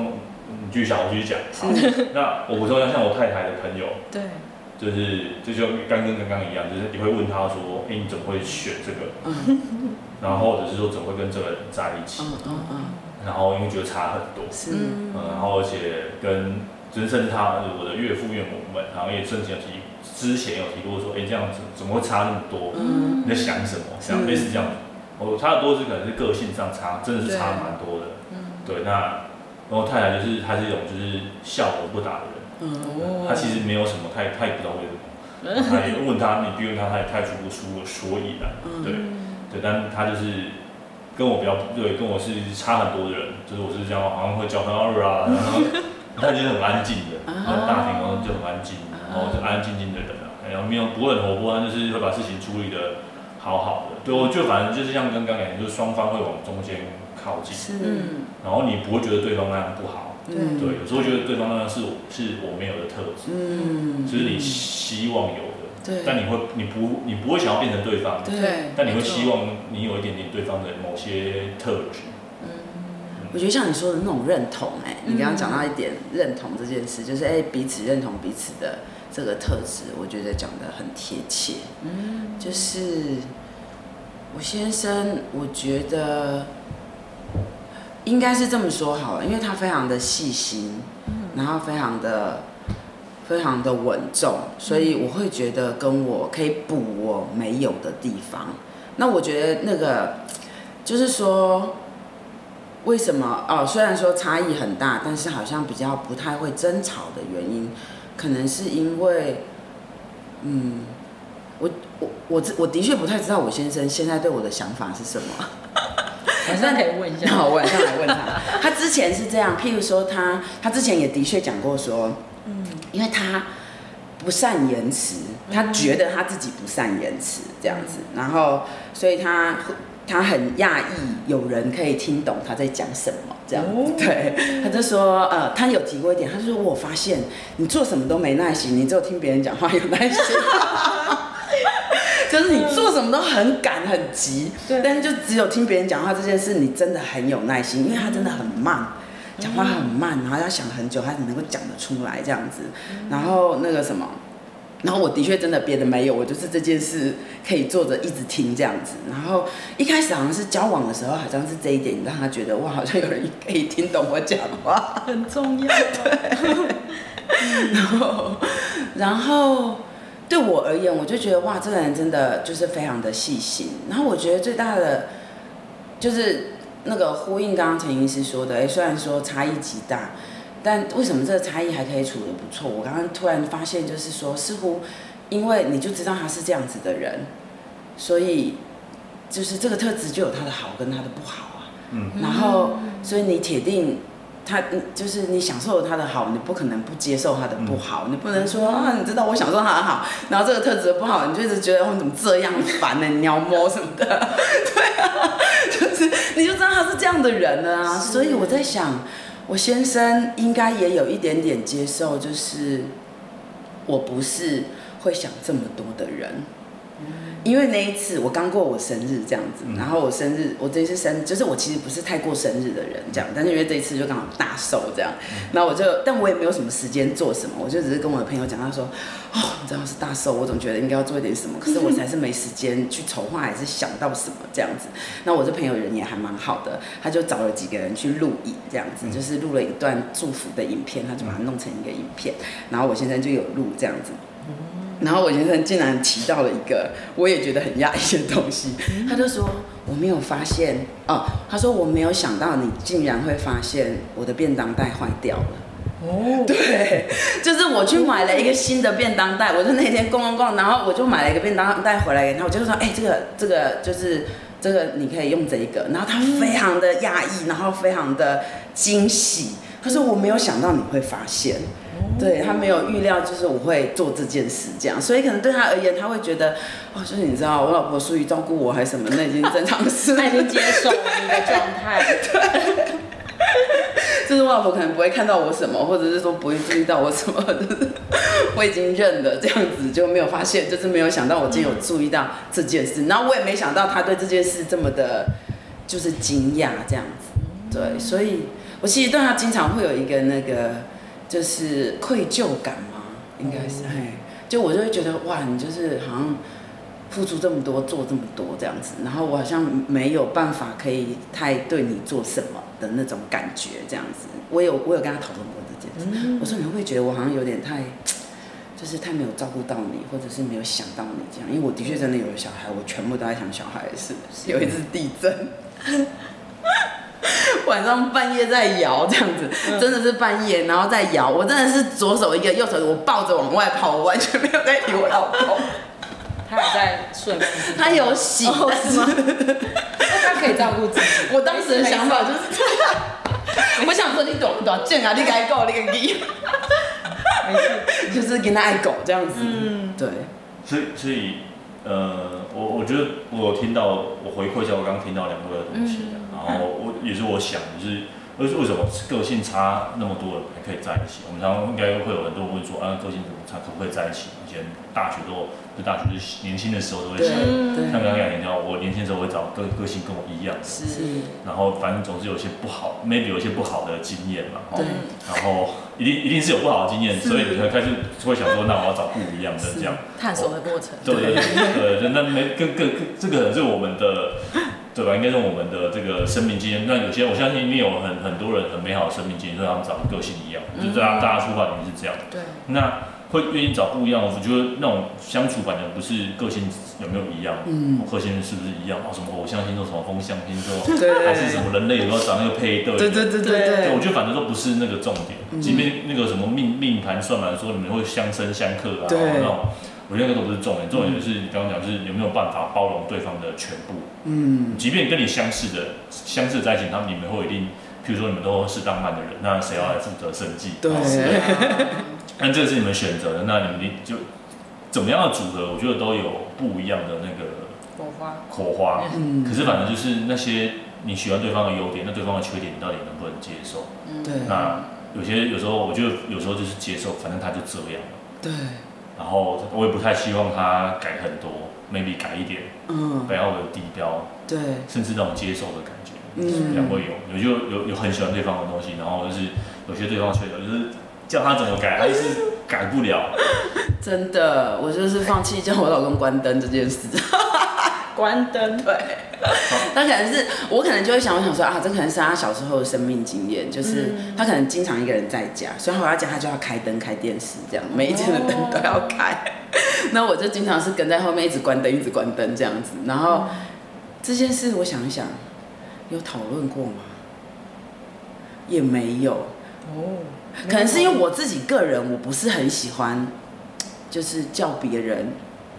你继续想，我继续讲。好，那我说像我太太的朋友， 对， 就是这就刚跟刚刚一样，就是你会问他说，哎、欸，你怎么会选这个？嗯、然后或者是说怎么会跟这个人在一起？嗯嗯嗯、然后因为觉得差很多，是，嗯，然后而且跟就是甚至他我的岳父岳母们，然后也甚至有提之前有提过说，哎、欸，这样子怎么会差那么多？嗯、你在想什么？像类似这样子。我差的多是可能是个性上差，真的是差蛮多的。嗯，对，那然后太太就是她是一种就是笑而不答的人。嗯，她其实没有什么，她也她也不知道为什么。她也问她，你逼问她，她也太说不出个所以然。对，对，但她就是跟我比较对，跟我是差很多的人，就是我是这样，好像会叫朋友啊，然后她就是很安静的，然后大庭广众就很安静，然后就安安静静的人啊，然后没有不会很活泼，但就是会把事情处理的。好好的，对，我就反正就是像刚刚讲，就是双方会往中间靠近，嗯，然后你不会觉得对方那样不好，嗯，对，有时候觉得对方那样是我是我没有的特质，嗯，就是你希望有的，对，但你会你不你不会想要变成对方，对，但你会希望你有一点点对方的某些特质， 嗯，我觉得像你说的那种认同，哎，你刚刚讲到一点认同这件事，就是哎彼此认同彼此的。这个特质，我觉得讲得很贴切。嗯，就是我先生，我觉得应该是这么说好了，因为他非常的细心，然后非常的非常的稳重，所以我会觉得跟我可以补我没有的地方。那我觉得那个就是说，为什么哦？虽然说差异很大，但是好像比较不太会争吵的原因。可能是因为，嗯，我我我我的确不太知道我先生现在对我的想法是什么。 晚上可以问一下。 好，我晚上来问他。他之前是这样，譬如说他他之前也的确讲过说，嗯，因为他不善言辞，他觉得他自己不善言辞这样子，然后所以他他很讶异有人可以听懂他在讲什么。这样子，对，他就说，呃，他有提过一点，他就说，我发现你做什么都没耐心，你只有听别人讲话有耐心，就是你做什么都很赶很急，但是就只有听别人讲话这件事，你真的很有耐心，因为他真的很慢，讲话很慢，然后要想很久，他才能够讲得出来这样子，然后那个什么。然后我的确真的别的没有，我就是这件事可以坐着一直听这样子。然后一开始好像是交往的时候，好像是这一点让他觉得哇，好像有人可以听懂我讲话， 很重要。 对。然后，然后对我而言，我就觉得哇，这个人真的就是非常的细心。然后我觉得最大的就是那个呼应刚刚陈医师说的，哎，虽然说差异极大。但为什么这个差异还可以处得不错？我刚刚突然发现，就是说，似乎因为你就知道他是这样子的人，所以就是这个特质就有他的好跟他的不好啊。嗯。然后，所以你铁定他就是你享受他的好，你不可能不接受他的不好。嗯、你不能说啊，你知道我享受他的好，然后这个特质不好，你就一直觉得哦，你怎么这样烦呢、欸？鸟摸什么的，对啊，就是你就知道他是这样的人了啊。所以我在想。我先生应该也有一点点接受，就是我不是会想这么多的人，因为那一次我刚过我生日这样子，然后我生日，我这一次生日就是我其实不是太过生日的人这样，但是因为这一次就刚好大寿这样，然后我就，但我也没有什么时间做什么，我就只是跟我的朋友讲，他说，哦，你知道是大寿，我总觉得应该要做一点什么，可是我实在是没时间去筹划，还是想到什么这样子。那我这朋友人也还蛮好的，他就找了几个人去录影这样子，就是录了一段祝福的影片，他就把它弄成一个影片，然后我先生就有录这样子。然后我先生竟然提到了一个我也觉得很讶异的东西，他就说我没有发现哦，他说我没有想到你竟然会发现我的便当袋坏掉了。哦，对，就是我去买了一个新的便当袋，我就那天逛逛逛，然后我就买了一个便当袋回来给他，我就说，哎、欸，这个这个就是这个你可以用这一个，然后他非常的讶异，然后非常的惊喜，他说我没有想到你会发现。对，他没有预料，就是我会做这件事，这样，所以可能对他而言，他会觉得，哦，就是你知道，我老婆疏于照顾我，还是什么，那已经正常事， 他已经接受你的状态， 对，就是我老婆可能不会看到我什么，或者是说不会注意到我什么，就是我已经认了，这样子就没有发现，就是没有想到我今天有注意到这件事，然后我也没想到他对这件事这么的，就是惊讶这样子。 对，所以我其实对他经常会有一个那个就是愧疚感嘛，应该是，嘿，就我就会觉得哇，你就是好像付出这么多，做这么多这样子，然后我好像没有办法可以太对你做什么的那种感觉，这样子，我有我有跟他讨论过这件事，嗯、我说你会不会觉得我好像有点太，就是太没有照顾到你，或者是没有想到你这样，因为我的确真的有了小孩，我全部都在想小孩的事，有一次地震。晚上半夜在摇这样子，真的是半夜，然后在摇，我真的是左手一个，右手我抱着往外跑，我完全没有在理我老公。 他还在睡梦之中， 他有醒， 哦、是吗？那他可以照顾自己。 我当时的想法就是这样，我想说你多多贱啊，你该狗，你该鸡，没事，就是跟他爱狗这样子，嗯，对。 所以，所以，呃，我我觉得我有听到，我回馈一下我刚刚听到两位的东西、嗯，然后我也是我想，就是为为什么个性差那么多人还可以在一起？我们常常应该会有很多人问说，啊，个性怎么差，可不可以在一起？以前大学都。就大学就是年轻的时候都会想，像刚刚讲讲，我年轻的时候会找个个性跟我一样的， 是， 然后反正总是有些不好 ，maybe 有一些不好的经验嘛， 对， 然后一定一定是有不好的经验，所以你会开始会想说，那我要找不一样的这样探索的过程， 对对对对，那没跟跟这个是我们的，对吧？应该是我们的这个生命经验。那有些我相信一定有很很多人很美好的生命经验，所以他们找个性一样，就是大家大家出发点是这样， 对，那。 会愿意找不一样的，我觉得那种相处反正不是个性有没有一样，嗯，个性是不是一样？哦，什么火象星座，什么风象星座，还是什么人类有没有找那个配对？ 对对对对对。 我觉得反正都不是那个重点，嗯、即便那个什么命命盘算盘说你们会相生相克啊，那种，我觉得那个都不是重点，重点就是你刚刚讲，就是有没有办法包容对方的全部。嗯，即便跟你相似的相似在一起，他们你们会一定，譬如说你们都是浪漫的人，那谁要来负责生计？ 对。 但这个是你们选择的，那你们就怎么样的组合，我觉得都有不一样的那个火花。 火花，嗯。可是反正就是那些你喜欢对方的优点，那对方的缺点你到底能不能接受？ 嗯，对。 那有些有时候我觉得有时候就是接受，反正他就这样了。 对。 然后我也不太希望他改很多 ，maybe 改一点，嗯，不要有低标， 对， 甚至那种接受的感觉， 嗯， 两会有，有就有有很喜欢对方的东西，然后就是有些对方缺点就是。叫他怎么改，他就是改不了。 真的，我就是放弃叫我老公关灯这件事。 关灯， 对。他可能是，我可能就会想，我想说啊，这可能是他小时候的生命经验，就是他可能经常一个人在家，所以回到家他就要开灯、开电视，这样每一间的灯都要开。那我就经常是跟在后面一直关灯、一直关灯这样子。然后这件事，我想一想，有讨论过吗？也没有。哦。可能是因为我自己个人，我不是很喜欢，就是叫别人，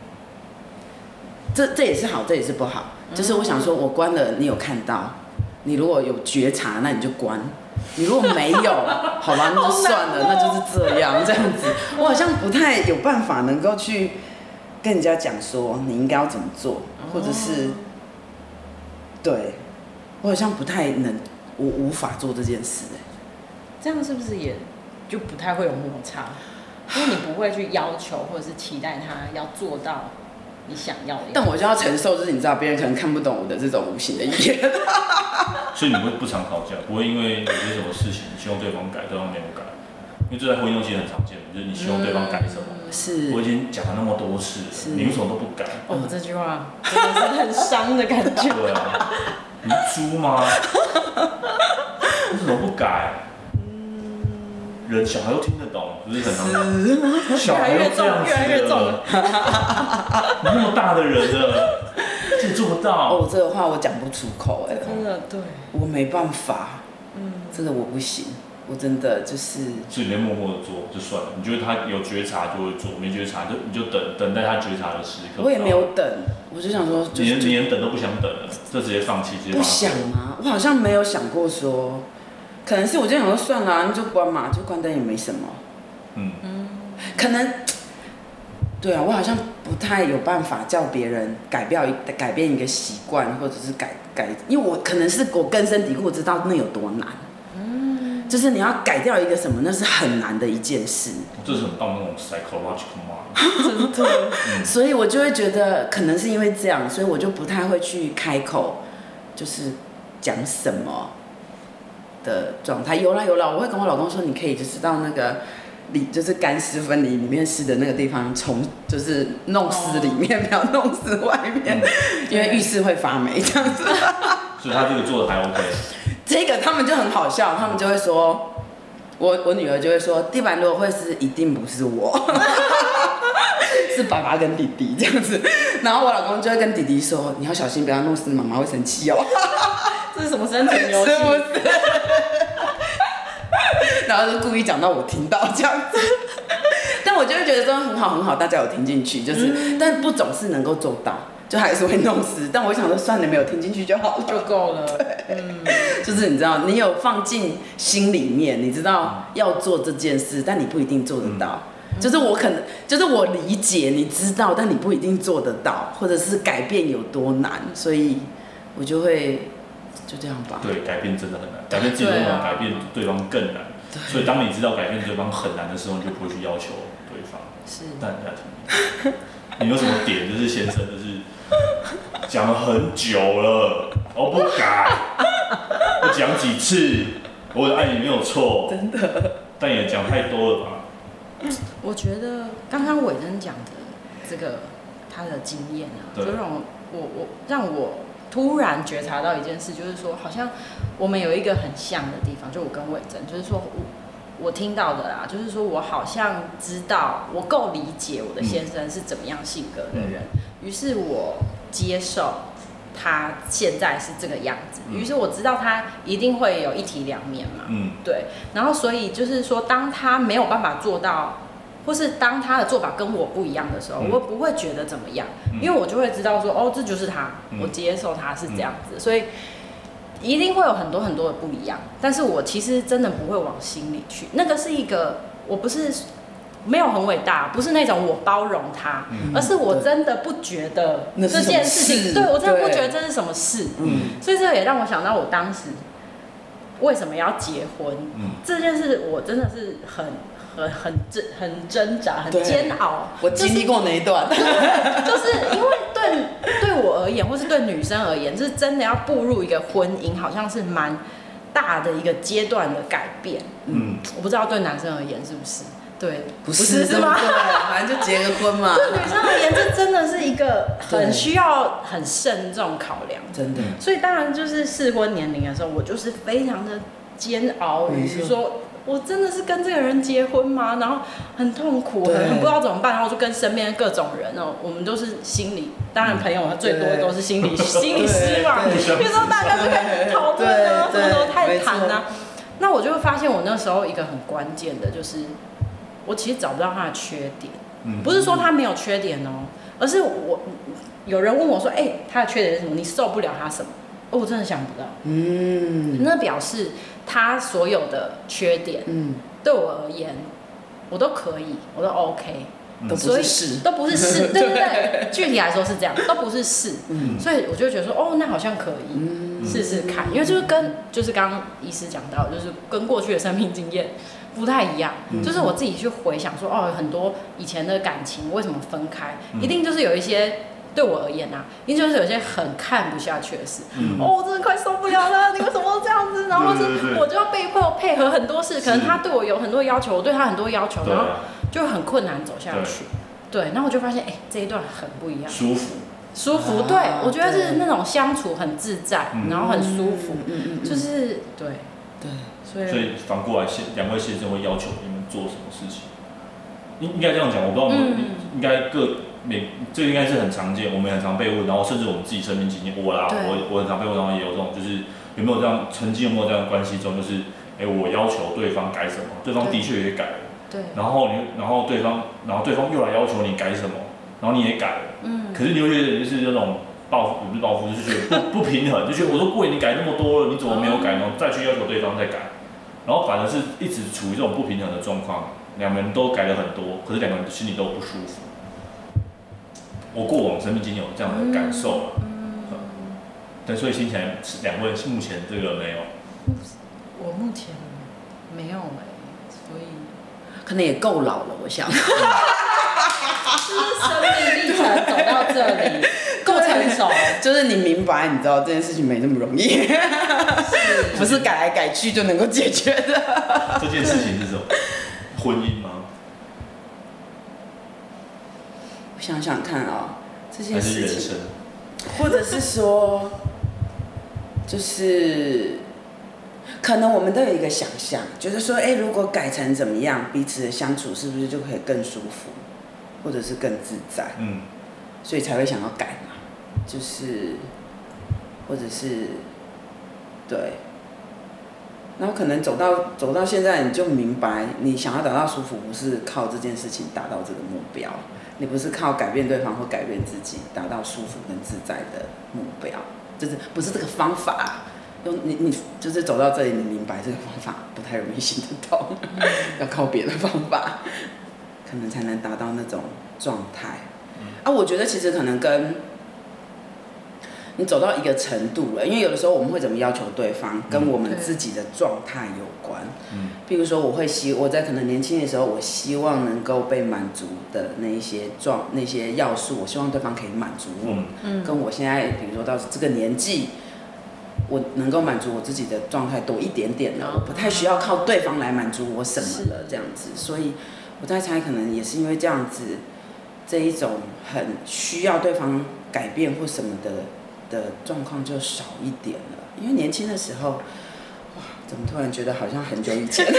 这这也是好，这也是不好。就是我想说，我关了，你有看到，你如果有觉察，那你就关；你如果没有，好吧，那就算了，那就是这样，这样子。我好像不太有办法能够去跟人家讲说你应该要怎么做，或者是，对，我好像不太能，我无法做这件事、欸。 这样是不是也就不太会有摩擦？因为你不会去要求或者是期待他要做到你想要的。 但我就要承受，就是你知道，别人可能看不懂我的这种无形的语言。 所以你会不常吵架，不会因为有些什么事情希望对方改，对方没有改。因为这在婚姻中其实很常见，就是你希望对方改什么。嗯、 是。 我已经讲了那么多次了，你为什么都不改？ 哦，这句话真的是很伤的感觉。 对啊，你猪吗？为什么不改？人小孩都听得懂，不是很难。小孩都这样子了，你那么大的人了，这做不到。 哦，这个话我讲不出口哎、欸， 真的对， 我没办法，嗯，真的我不行，我真的就是。 所以你默默的做就算了，你觉得他有觉察就会做，没觉察就你就等等待他觉察的时刻。 我也没有等，我就想说、就是， 你连你连等都不想等了，就直接放弃，直接不想啊，我好像没有想过说。可能是我就想说算了、啊，那就关嘛，就关灯也没什么。嗯嗯，可能，对啊，我好像不太有办法叫别人改变改变一个习惯，或者是改改，因为我可能是我根深蒂固知道那有多难。嗯，就是你要改掉一个什么，那是很难的一件事。 这是很棒的那种 psychological mind。 真的、嗯，所以我就会觉得，可能是因为这样，所以我就不太会去开口，就是讲什么。 的状态。有啦有啦，我会跟我老公说，你可以就是到那个里，就是干湿分离里面湿的那个地方冲，就是弄湿里面，不要弄湿外面，因为浴室会发霉这样子。 所以他这个做的还 OK。 这个他们就很好笑，他们就会说，我我女儿就会说，地板如果会湿，一定不是我。是爸爸跟弟弟这样子，然后我老公就会跟弟弟说：“你要小心，不要弄湿，妈妈会生气哦。” 这是什么生存游戏？ 是不是？然后就故意讲到我听到这样子，但我就会觉得说很好很好，大家有听进去，就是，嗯、但不总是能够做到，就还是会弄湿。但我想说，算了，没有听进去就好了， 就够了。 嗯，就是你知道，你有放进心里面，你知道要做这件事，但你不一定做得到。嗯就是我可能，就是我理解，你知道，但你不一定做得到，或者是改变有多难，所以我就会就这样吧。 对，改变真的很难，改变自己很难，改变对方更难。所以当你知道改变对方很难的时候，你就不会去要求对方。 是。 但人家听，你有什么点？就是先生就是讲了很久了，我不改，我讲几次，我的爱你没有错， 真的， 但也讲太多了吧。 我觉得刚刚伟珍讲的这个他的经验啊，就让我我我让我突然觉察到一件事，就是说好像我们有一个很像的地方，就我跟伟珍，就是说我我听到的啦，就是说我好像知道我够理解我的先生是怎么样性格的人，于、嗯、是我接受他现在是这个样子，于是我知道他一定会有一体两面嘛，嗯，对，然后所以就是说，当他没有办法做到，或是当他的做法跟我不一样的时候，嗯、我不会觉得怎么样，嗯、因为我就会知道说，哦，这就是他，嗯、我接受他是这样子，嗯、所以一定会有很多很多的不一样，但是我其实真的不会往心里去，那个是一个，我不是。没有很伟大，不是那种我包容他，嗯、而是我真的不觉得这件事情，对我真的不觉得这是什么事，嗯、所以这也让我想到我当时为什么要结婚，嗯、这件事，我真的是很很很挣很挣扎，很煎熬。 我经历过那一段， 就是、就是因为对对我而言，或是对女生而言，就是真的要步入一个婚姻，好像是蛮大的一个阶段的改变。嗯，我不知道对男生而言是不是。对， 不是是吗？对，反正就结个婚嘛。 对女生而言，这真的是一个很需要很慎重考量， 真的。 所以当然就是适婚年龄的时候，我就是非常的煎熬于说，我真的是跟这个人结婚吗？然后很痛苦，很很不知道怎么办，然后我就跟身边各种人哦，我们都是心理，当然朋友最多的都是心理心理师嘛，比如说大家就可以讨论啊，什么都太谈啊。那我就会发现，我那时候一个很关键的就是。我其实找不到他的缺点，嗯、不是说他没有缺点哦，而是我有人问我说：“哎、欸，他的缺点是什么？你受不了他什么？”哦，我真的想不到。嗯，那表示他所有的缺点，嗯，对我而言，我都可以，我都 OK，、 嗯、都不是事， 都不是事，对对对，具体来说是这样，都不是事。嗯，所以我就觉得说，哦，那好像可以试试看，因为就是跟就是刚刚医师讲到，就是跟过去的生命经验。不太一样，嗯、就是我自己去回想说，哦，很多以前的感情为什么分开，嗯、一定就是有一些对我而言啊，一定就是有一些很看不下去的事。嗯、哦，我真的快受不了了，你为什么这样子？然后是我就要被迫配合很多事，可能他对我有很多要求，我对他很多要求，然后就很困难走下去。对，然后我就发现，哎、欸，这一段很不一样， 舒服， 舒服。对，啊、我觉得是那种相处很自在，嗯、然后很舒服，嗯、就是对对。 所以反过来，两位先生会要求你们做什么事情？应应该这样讲，我不知道你们、嗯、应该各每这个应该是很常见，我们很常被问，然后甚至我们自己生命经验，我啦，我我很常被问，然后也有这种，就是有没有这样，曾经有没有这样的关系中，就是哎、欸，我要求对方改什么，对方的确也改了， 对， 然后你，然后对方，然后对方又来要求你改什么，然后你也改了，嗯，可是你会觉得就是那种报复，不是报复，就是觉得不不平衡，就觉得我都为你改那么多了，你怎么没有改呢？再去要求对方再改。然后反而是一直处于这种不平衡的状况，两个人都改了很多，可是两个人心里都不舒服。我过往生命经验有这样的感受了，嗯，嗯但所以听起来两位目前这个没有。 我目前没有哎、欸，所以可能也够老了，我想。 就是生命历程走到这里，够很熟，就是你明白，你知道这件事情没那么容易，不是改来改去就能够解决的。 这件事情是什么？婚姻吗？ 我想想看啊、哦，这件事情， 还是人生， 或者是说，就是可能我们都有一个想象，就是说，哎，如果改成怎么样，彼此的相处是不是就可以更舒服，或者是更自在？嗯，所以才会想要改嘛，就是，或者是，对。然后可能走到走到现在，你就明白，你想要达到舒服，不是靠这件事情达到这个目标，你不是靠改变对方或改变自己达到舒服跟自在的目标，就是不是这个方法。用你你就是走到这里，你明白这个方法不太容易行得通，要靠别的方法，可能才能达到那种状态。啊，我觉得其实可能跟你走到一个程度了，因为有的时候我们会怎么要求对方，跟我们自己的状态有关。嗯，譬如说，我会希我在可能年轻的时候，我希望能够被满足的那一些状那些要素，我希望对方可以满足我。嗯，跟我现在比如说到这个年纪，我能够满足我自己的状态多一点点了，我不太需要靠对方来满足我什么了，这样子。所以我在猜，可能也是因为这样子，这一种很需要对方改变或什么的。的状况就少一点了，因为年轻的时候，哇，怎么突然觉得好像很久以前？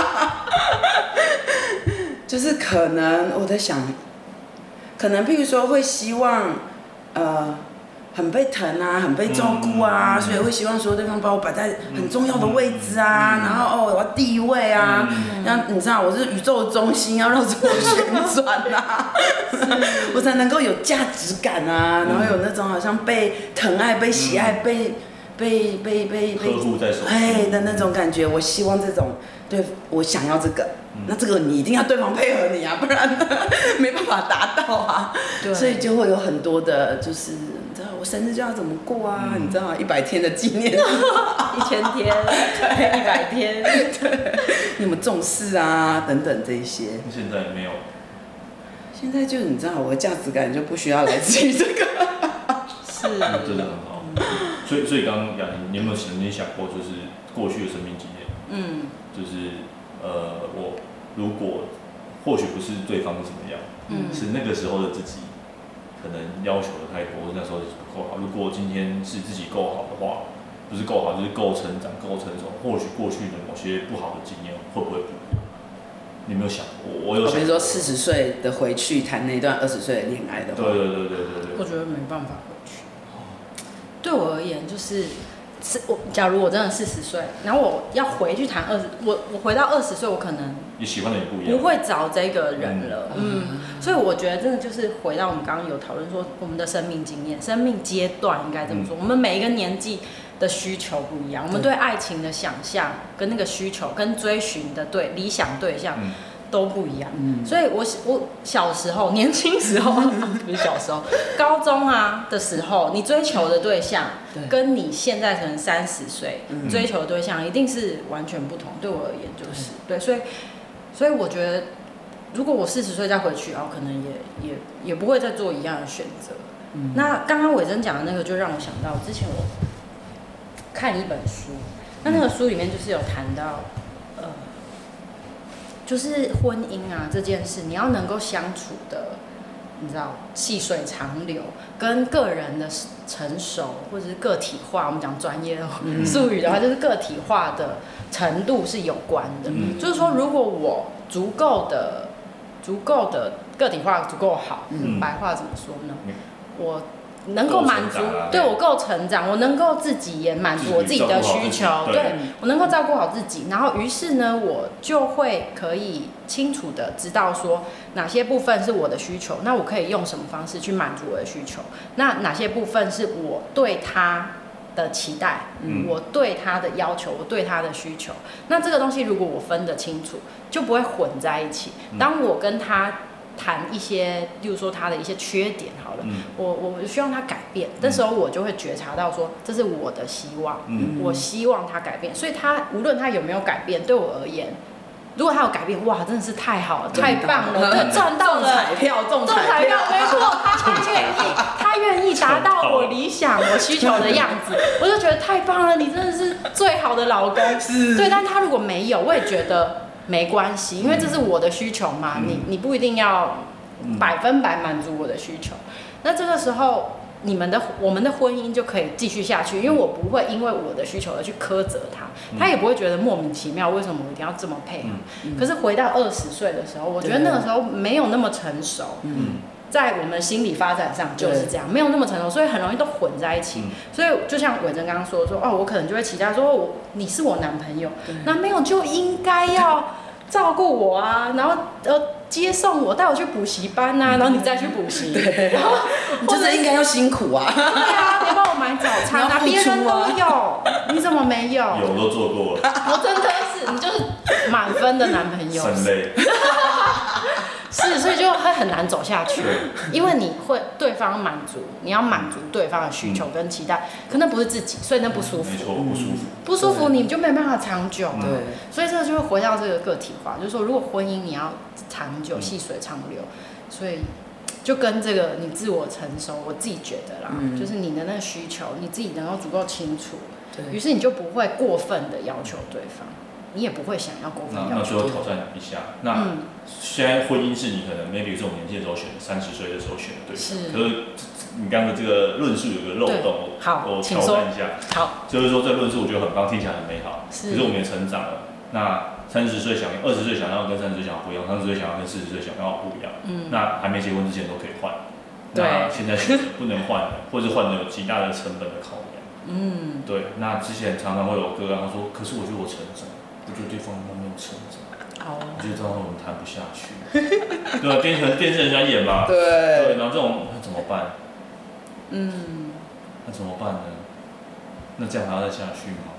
就是可能我在想，可能譬如说会希望，呃，很被疼啊，很被照顾啊，嗯、所以会希望说对方把我摆在很重要的位置啊，嗯、然后哦我要地位啊，让、嗯、你知道我是宇宙的中心，要绕着我旋转啊。我才能够有价值感啊，然后有那种好像被疼爱、被喜爱、被被被被呵护在手哎的那种感觉。我希望这种，对我想要这个，那这个你一定要对方配合你啊，不然没办法达到啊。所以就会有很多的，就是你知道我生日就要怎么过啊？嗯、你知道一百天的纪念， 一千天，对，一百天， 对，你有没有重视啊？等等这一些。 现在没有。 现在就你知道，我的价值感就不需要来自于这个， 是， 真的很好。所以，所以刚刚雅婷，你有没有曾经想过，就是过去的生命经验？嗯，就是呃，我如果或许不是对方怎么样，嗯，是那个时候的自己可能要求的太多，那时候不够好。如果今天是自己够好的话，不是够好，就是够成长、够成熟，或许过去的某些不好的经验会不会不一样？你有没有想过？我有想过。 比如说四十岁的回去谈那段二十岁的恋爱的话， 对对对对对对。 我觉得没办法回去。对我而言，就是是我假如我真的四十岁，然后我要回去谈二十，我我回到二十岁，我可能你喜欢的也不一样， 不会找这个人了。嗯，嗯所以我觉得真的就是回到我们刚刚有讨论说，我们的生命经验、生命阶段应该这么说，嗯、我们每一个年纪的需求不一样，我们对爱情的想象跟那个需求跟追寻的对理想对象。嗯都不一样，嗯、所以我我小时候年轻时候不是小时候，高中啊的时候，你追求的对象跟你现在可能三十岁追求的对象一定是完全不同。对我而言就是对，所以所以我觉得，如果我四十岁再回去，然后可能也也也不会再做一样的选择。嗯、那刚刚伟珍讲的那个，就让我想到之前我看一本书，那那个书里面就是有谈到，呃。就是婚姻啊这件事，你要能够相处的，你知道细水长流，跟个人的成熟或者是个体化，我们讲专业术语的话，就是个体化的程度是有关的。嗯、就是说，如果我足够的、足够的个体化足够好，嗯、白话怎么说呢？嗯、我。能够满足，对我够成长，我能够自己也满足我自己的需求，对, 对我能够照顾好自己，然后于是呢，我就会可以清楚的知道说哪些部分是我的需求，那我可以用什么方式去满足我的需求，那哪些部分是我对他的期待，嗯、我对他的要求，我对他的需求，那这个东西如果我分得清楚，就不会混在一起。当我跟他谈一些，例如说他的一些缺点好了，嗯、我我希望他改变，这时候我就会觉察到说，这是我的希望，嗯、我希望他改变，所以他无论他有没有改变，对我而言如果他有改变，哇，真的是太好了，太棒了，赚到了彩票，中彩票，没错，他愿意，他愿意达到我理想、我需求的样子，我就觉得太棒了，你真的是最好的老公。 是， 对，但他如果没有，我也觉得没关系，因为这是我的需求嘛，你你不一定要百分百满足我的需求。那这个时候，你们的我们的婚姻就可以继续下去，因为我不会因为我的需求而去苛责他，他也不会觉得莫名其妙，为什么我一定要这么配合？嗯、可是回到二十岁的时候，我觉得那个时候没有那么成熟，嗯、在我们心理发展上就是这样，没有那么成熟，所以很容易都混在一起。嗯、所以就像伟珍刚刚说说，哦，我可能就会期待说，我你是我男朋友，男朋友就应该要照顾我啊，然后呃。接送我，带我去补习班啊，然后你再去补习， 对，然后你就是应该要辛苦啊。 对啊，你帮我买早餐啊，别人都有，你怎么没有？ 有，都做过了。 我真的是，你就是满分的男朋友。 很累。 是，所以就会很难走下去，因为你会对方满足，你要满足对方的需求跟期待，可那不是自己，所以那不舒服。 没错，不舒服。 不舒服，你就没办法长久。 对， 所以这个就会回到这个个体化，就是说，如果婚姻你要长久、细水长流，所以就跟这个你自我成熟，我自己觉得啦，嗯、就是你的那个需求，你自己能够足够清楚，于是你就不会过分的要求对方。你也不会想要过分要求。 那最后挑战一下，那现在婚姻是你可能 maybe 这种年纪的时候选的，三十岁的时候选的对象。可是你刚刚的这个论述有个漏洞， 好， 我挑战一下。 好， 就是说这论述我觉得很棒，听起来很美好。可是我们也成长了，那三十岁想二十岁想要跟三十岁想要不一样，三十岁想要跟四十岁想要不一样。嗯。那还没结婚之前都可以换。那现在不能换的，或者换的有极大的成本的考量。嗯。对，那之前常常会有个案他说，可是我觉得我成长。我觉得对方都没有成长，哦，我觉得这样我们谈不下去。对啊，电视电视人家演嘛， 对， 对，然后这种那怎么办？嗯，那怎么办呢？那这样还要再下去吗？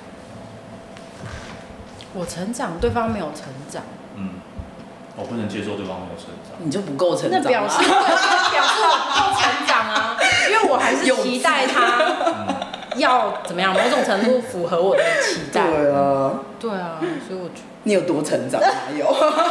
我成长，对方没有成长。 嗯，我不能接受对方没有成长， 你就不够成长、啊。 那表示表示我不够成长啊，因为我还是期待他。嗯要怎么样？某种程度符合我的期待。 对啊， 对啊，所以我觉得你有多成长？哪有？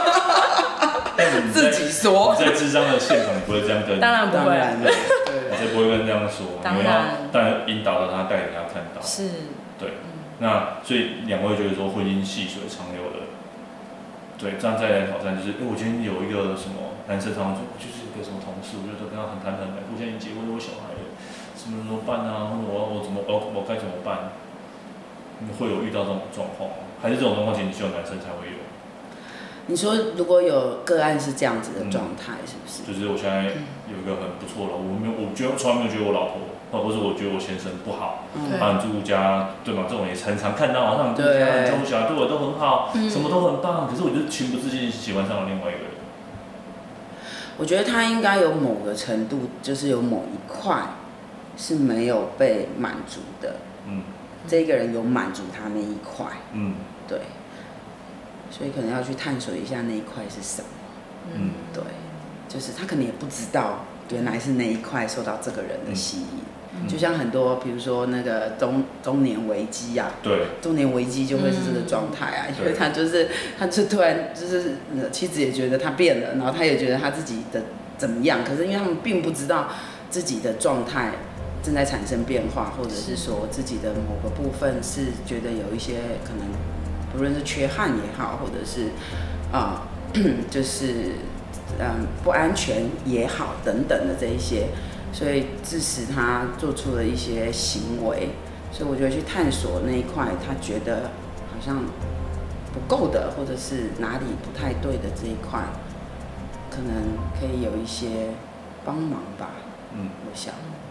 自己说。 你在智商的现场，你不会这样跟。 当然不会。 我才不会跟这样说。 当然。 你要当然引导到他，带给他看到。 是。 对。那所以两位觉得说婚姻细水长流的，对，这样再来挑战就是，哎，我今天有一个什么男生常常说，我就是一个什么同事，我觉得跟他很谈得来，我现在已经结婚，有小孩了。怎么怎么办啊？或者我我怎么我我该怎么办？你会有遇到这种状况吗？还是这种状况其实只有男生才会有？ 你说如果有个案是这样子的状态，是不是？ 就是我现在有一个很不错的，我没有，我觉得从来没有觉得我老婆，或者是我觉得我先生不好，他很住家，对吗？这种也很常看到，他很住家，很照顾小孩，对我都很好，什么都很棒。可是我就情不自禁喜欢上了另外一个人。 我觉得他应该有某个程度，就是有某一块。是没有被满足的，嗯，这个人有满足他那一块，嗯，对，所以可能要去探索一下那一块是什么，嗯，对，就是他可能也不知道原来是那一块受到这个人的吸引，嗯、就像很多比如说那个中中年危机啊， 对， 中年危机就会是这个状态啊，嗯、因为他就是他就突然就是妻子也觉得他变了，然后他也觉得他自己的怎么样，可是因为他们并不知道自己的状态。正在产生变化，或者是说自己的某个部分是觉得有一些可能，不论是缺憾也好，或者是啊、呃，就是嗯不安全也好等等的这一些，所以致使他做出了一些行为。所以我觉得去探索那一块，他觉得好像不够的，或者是哪里不太对的这一块，可能可以有一些帮忙吧。嗯，我想。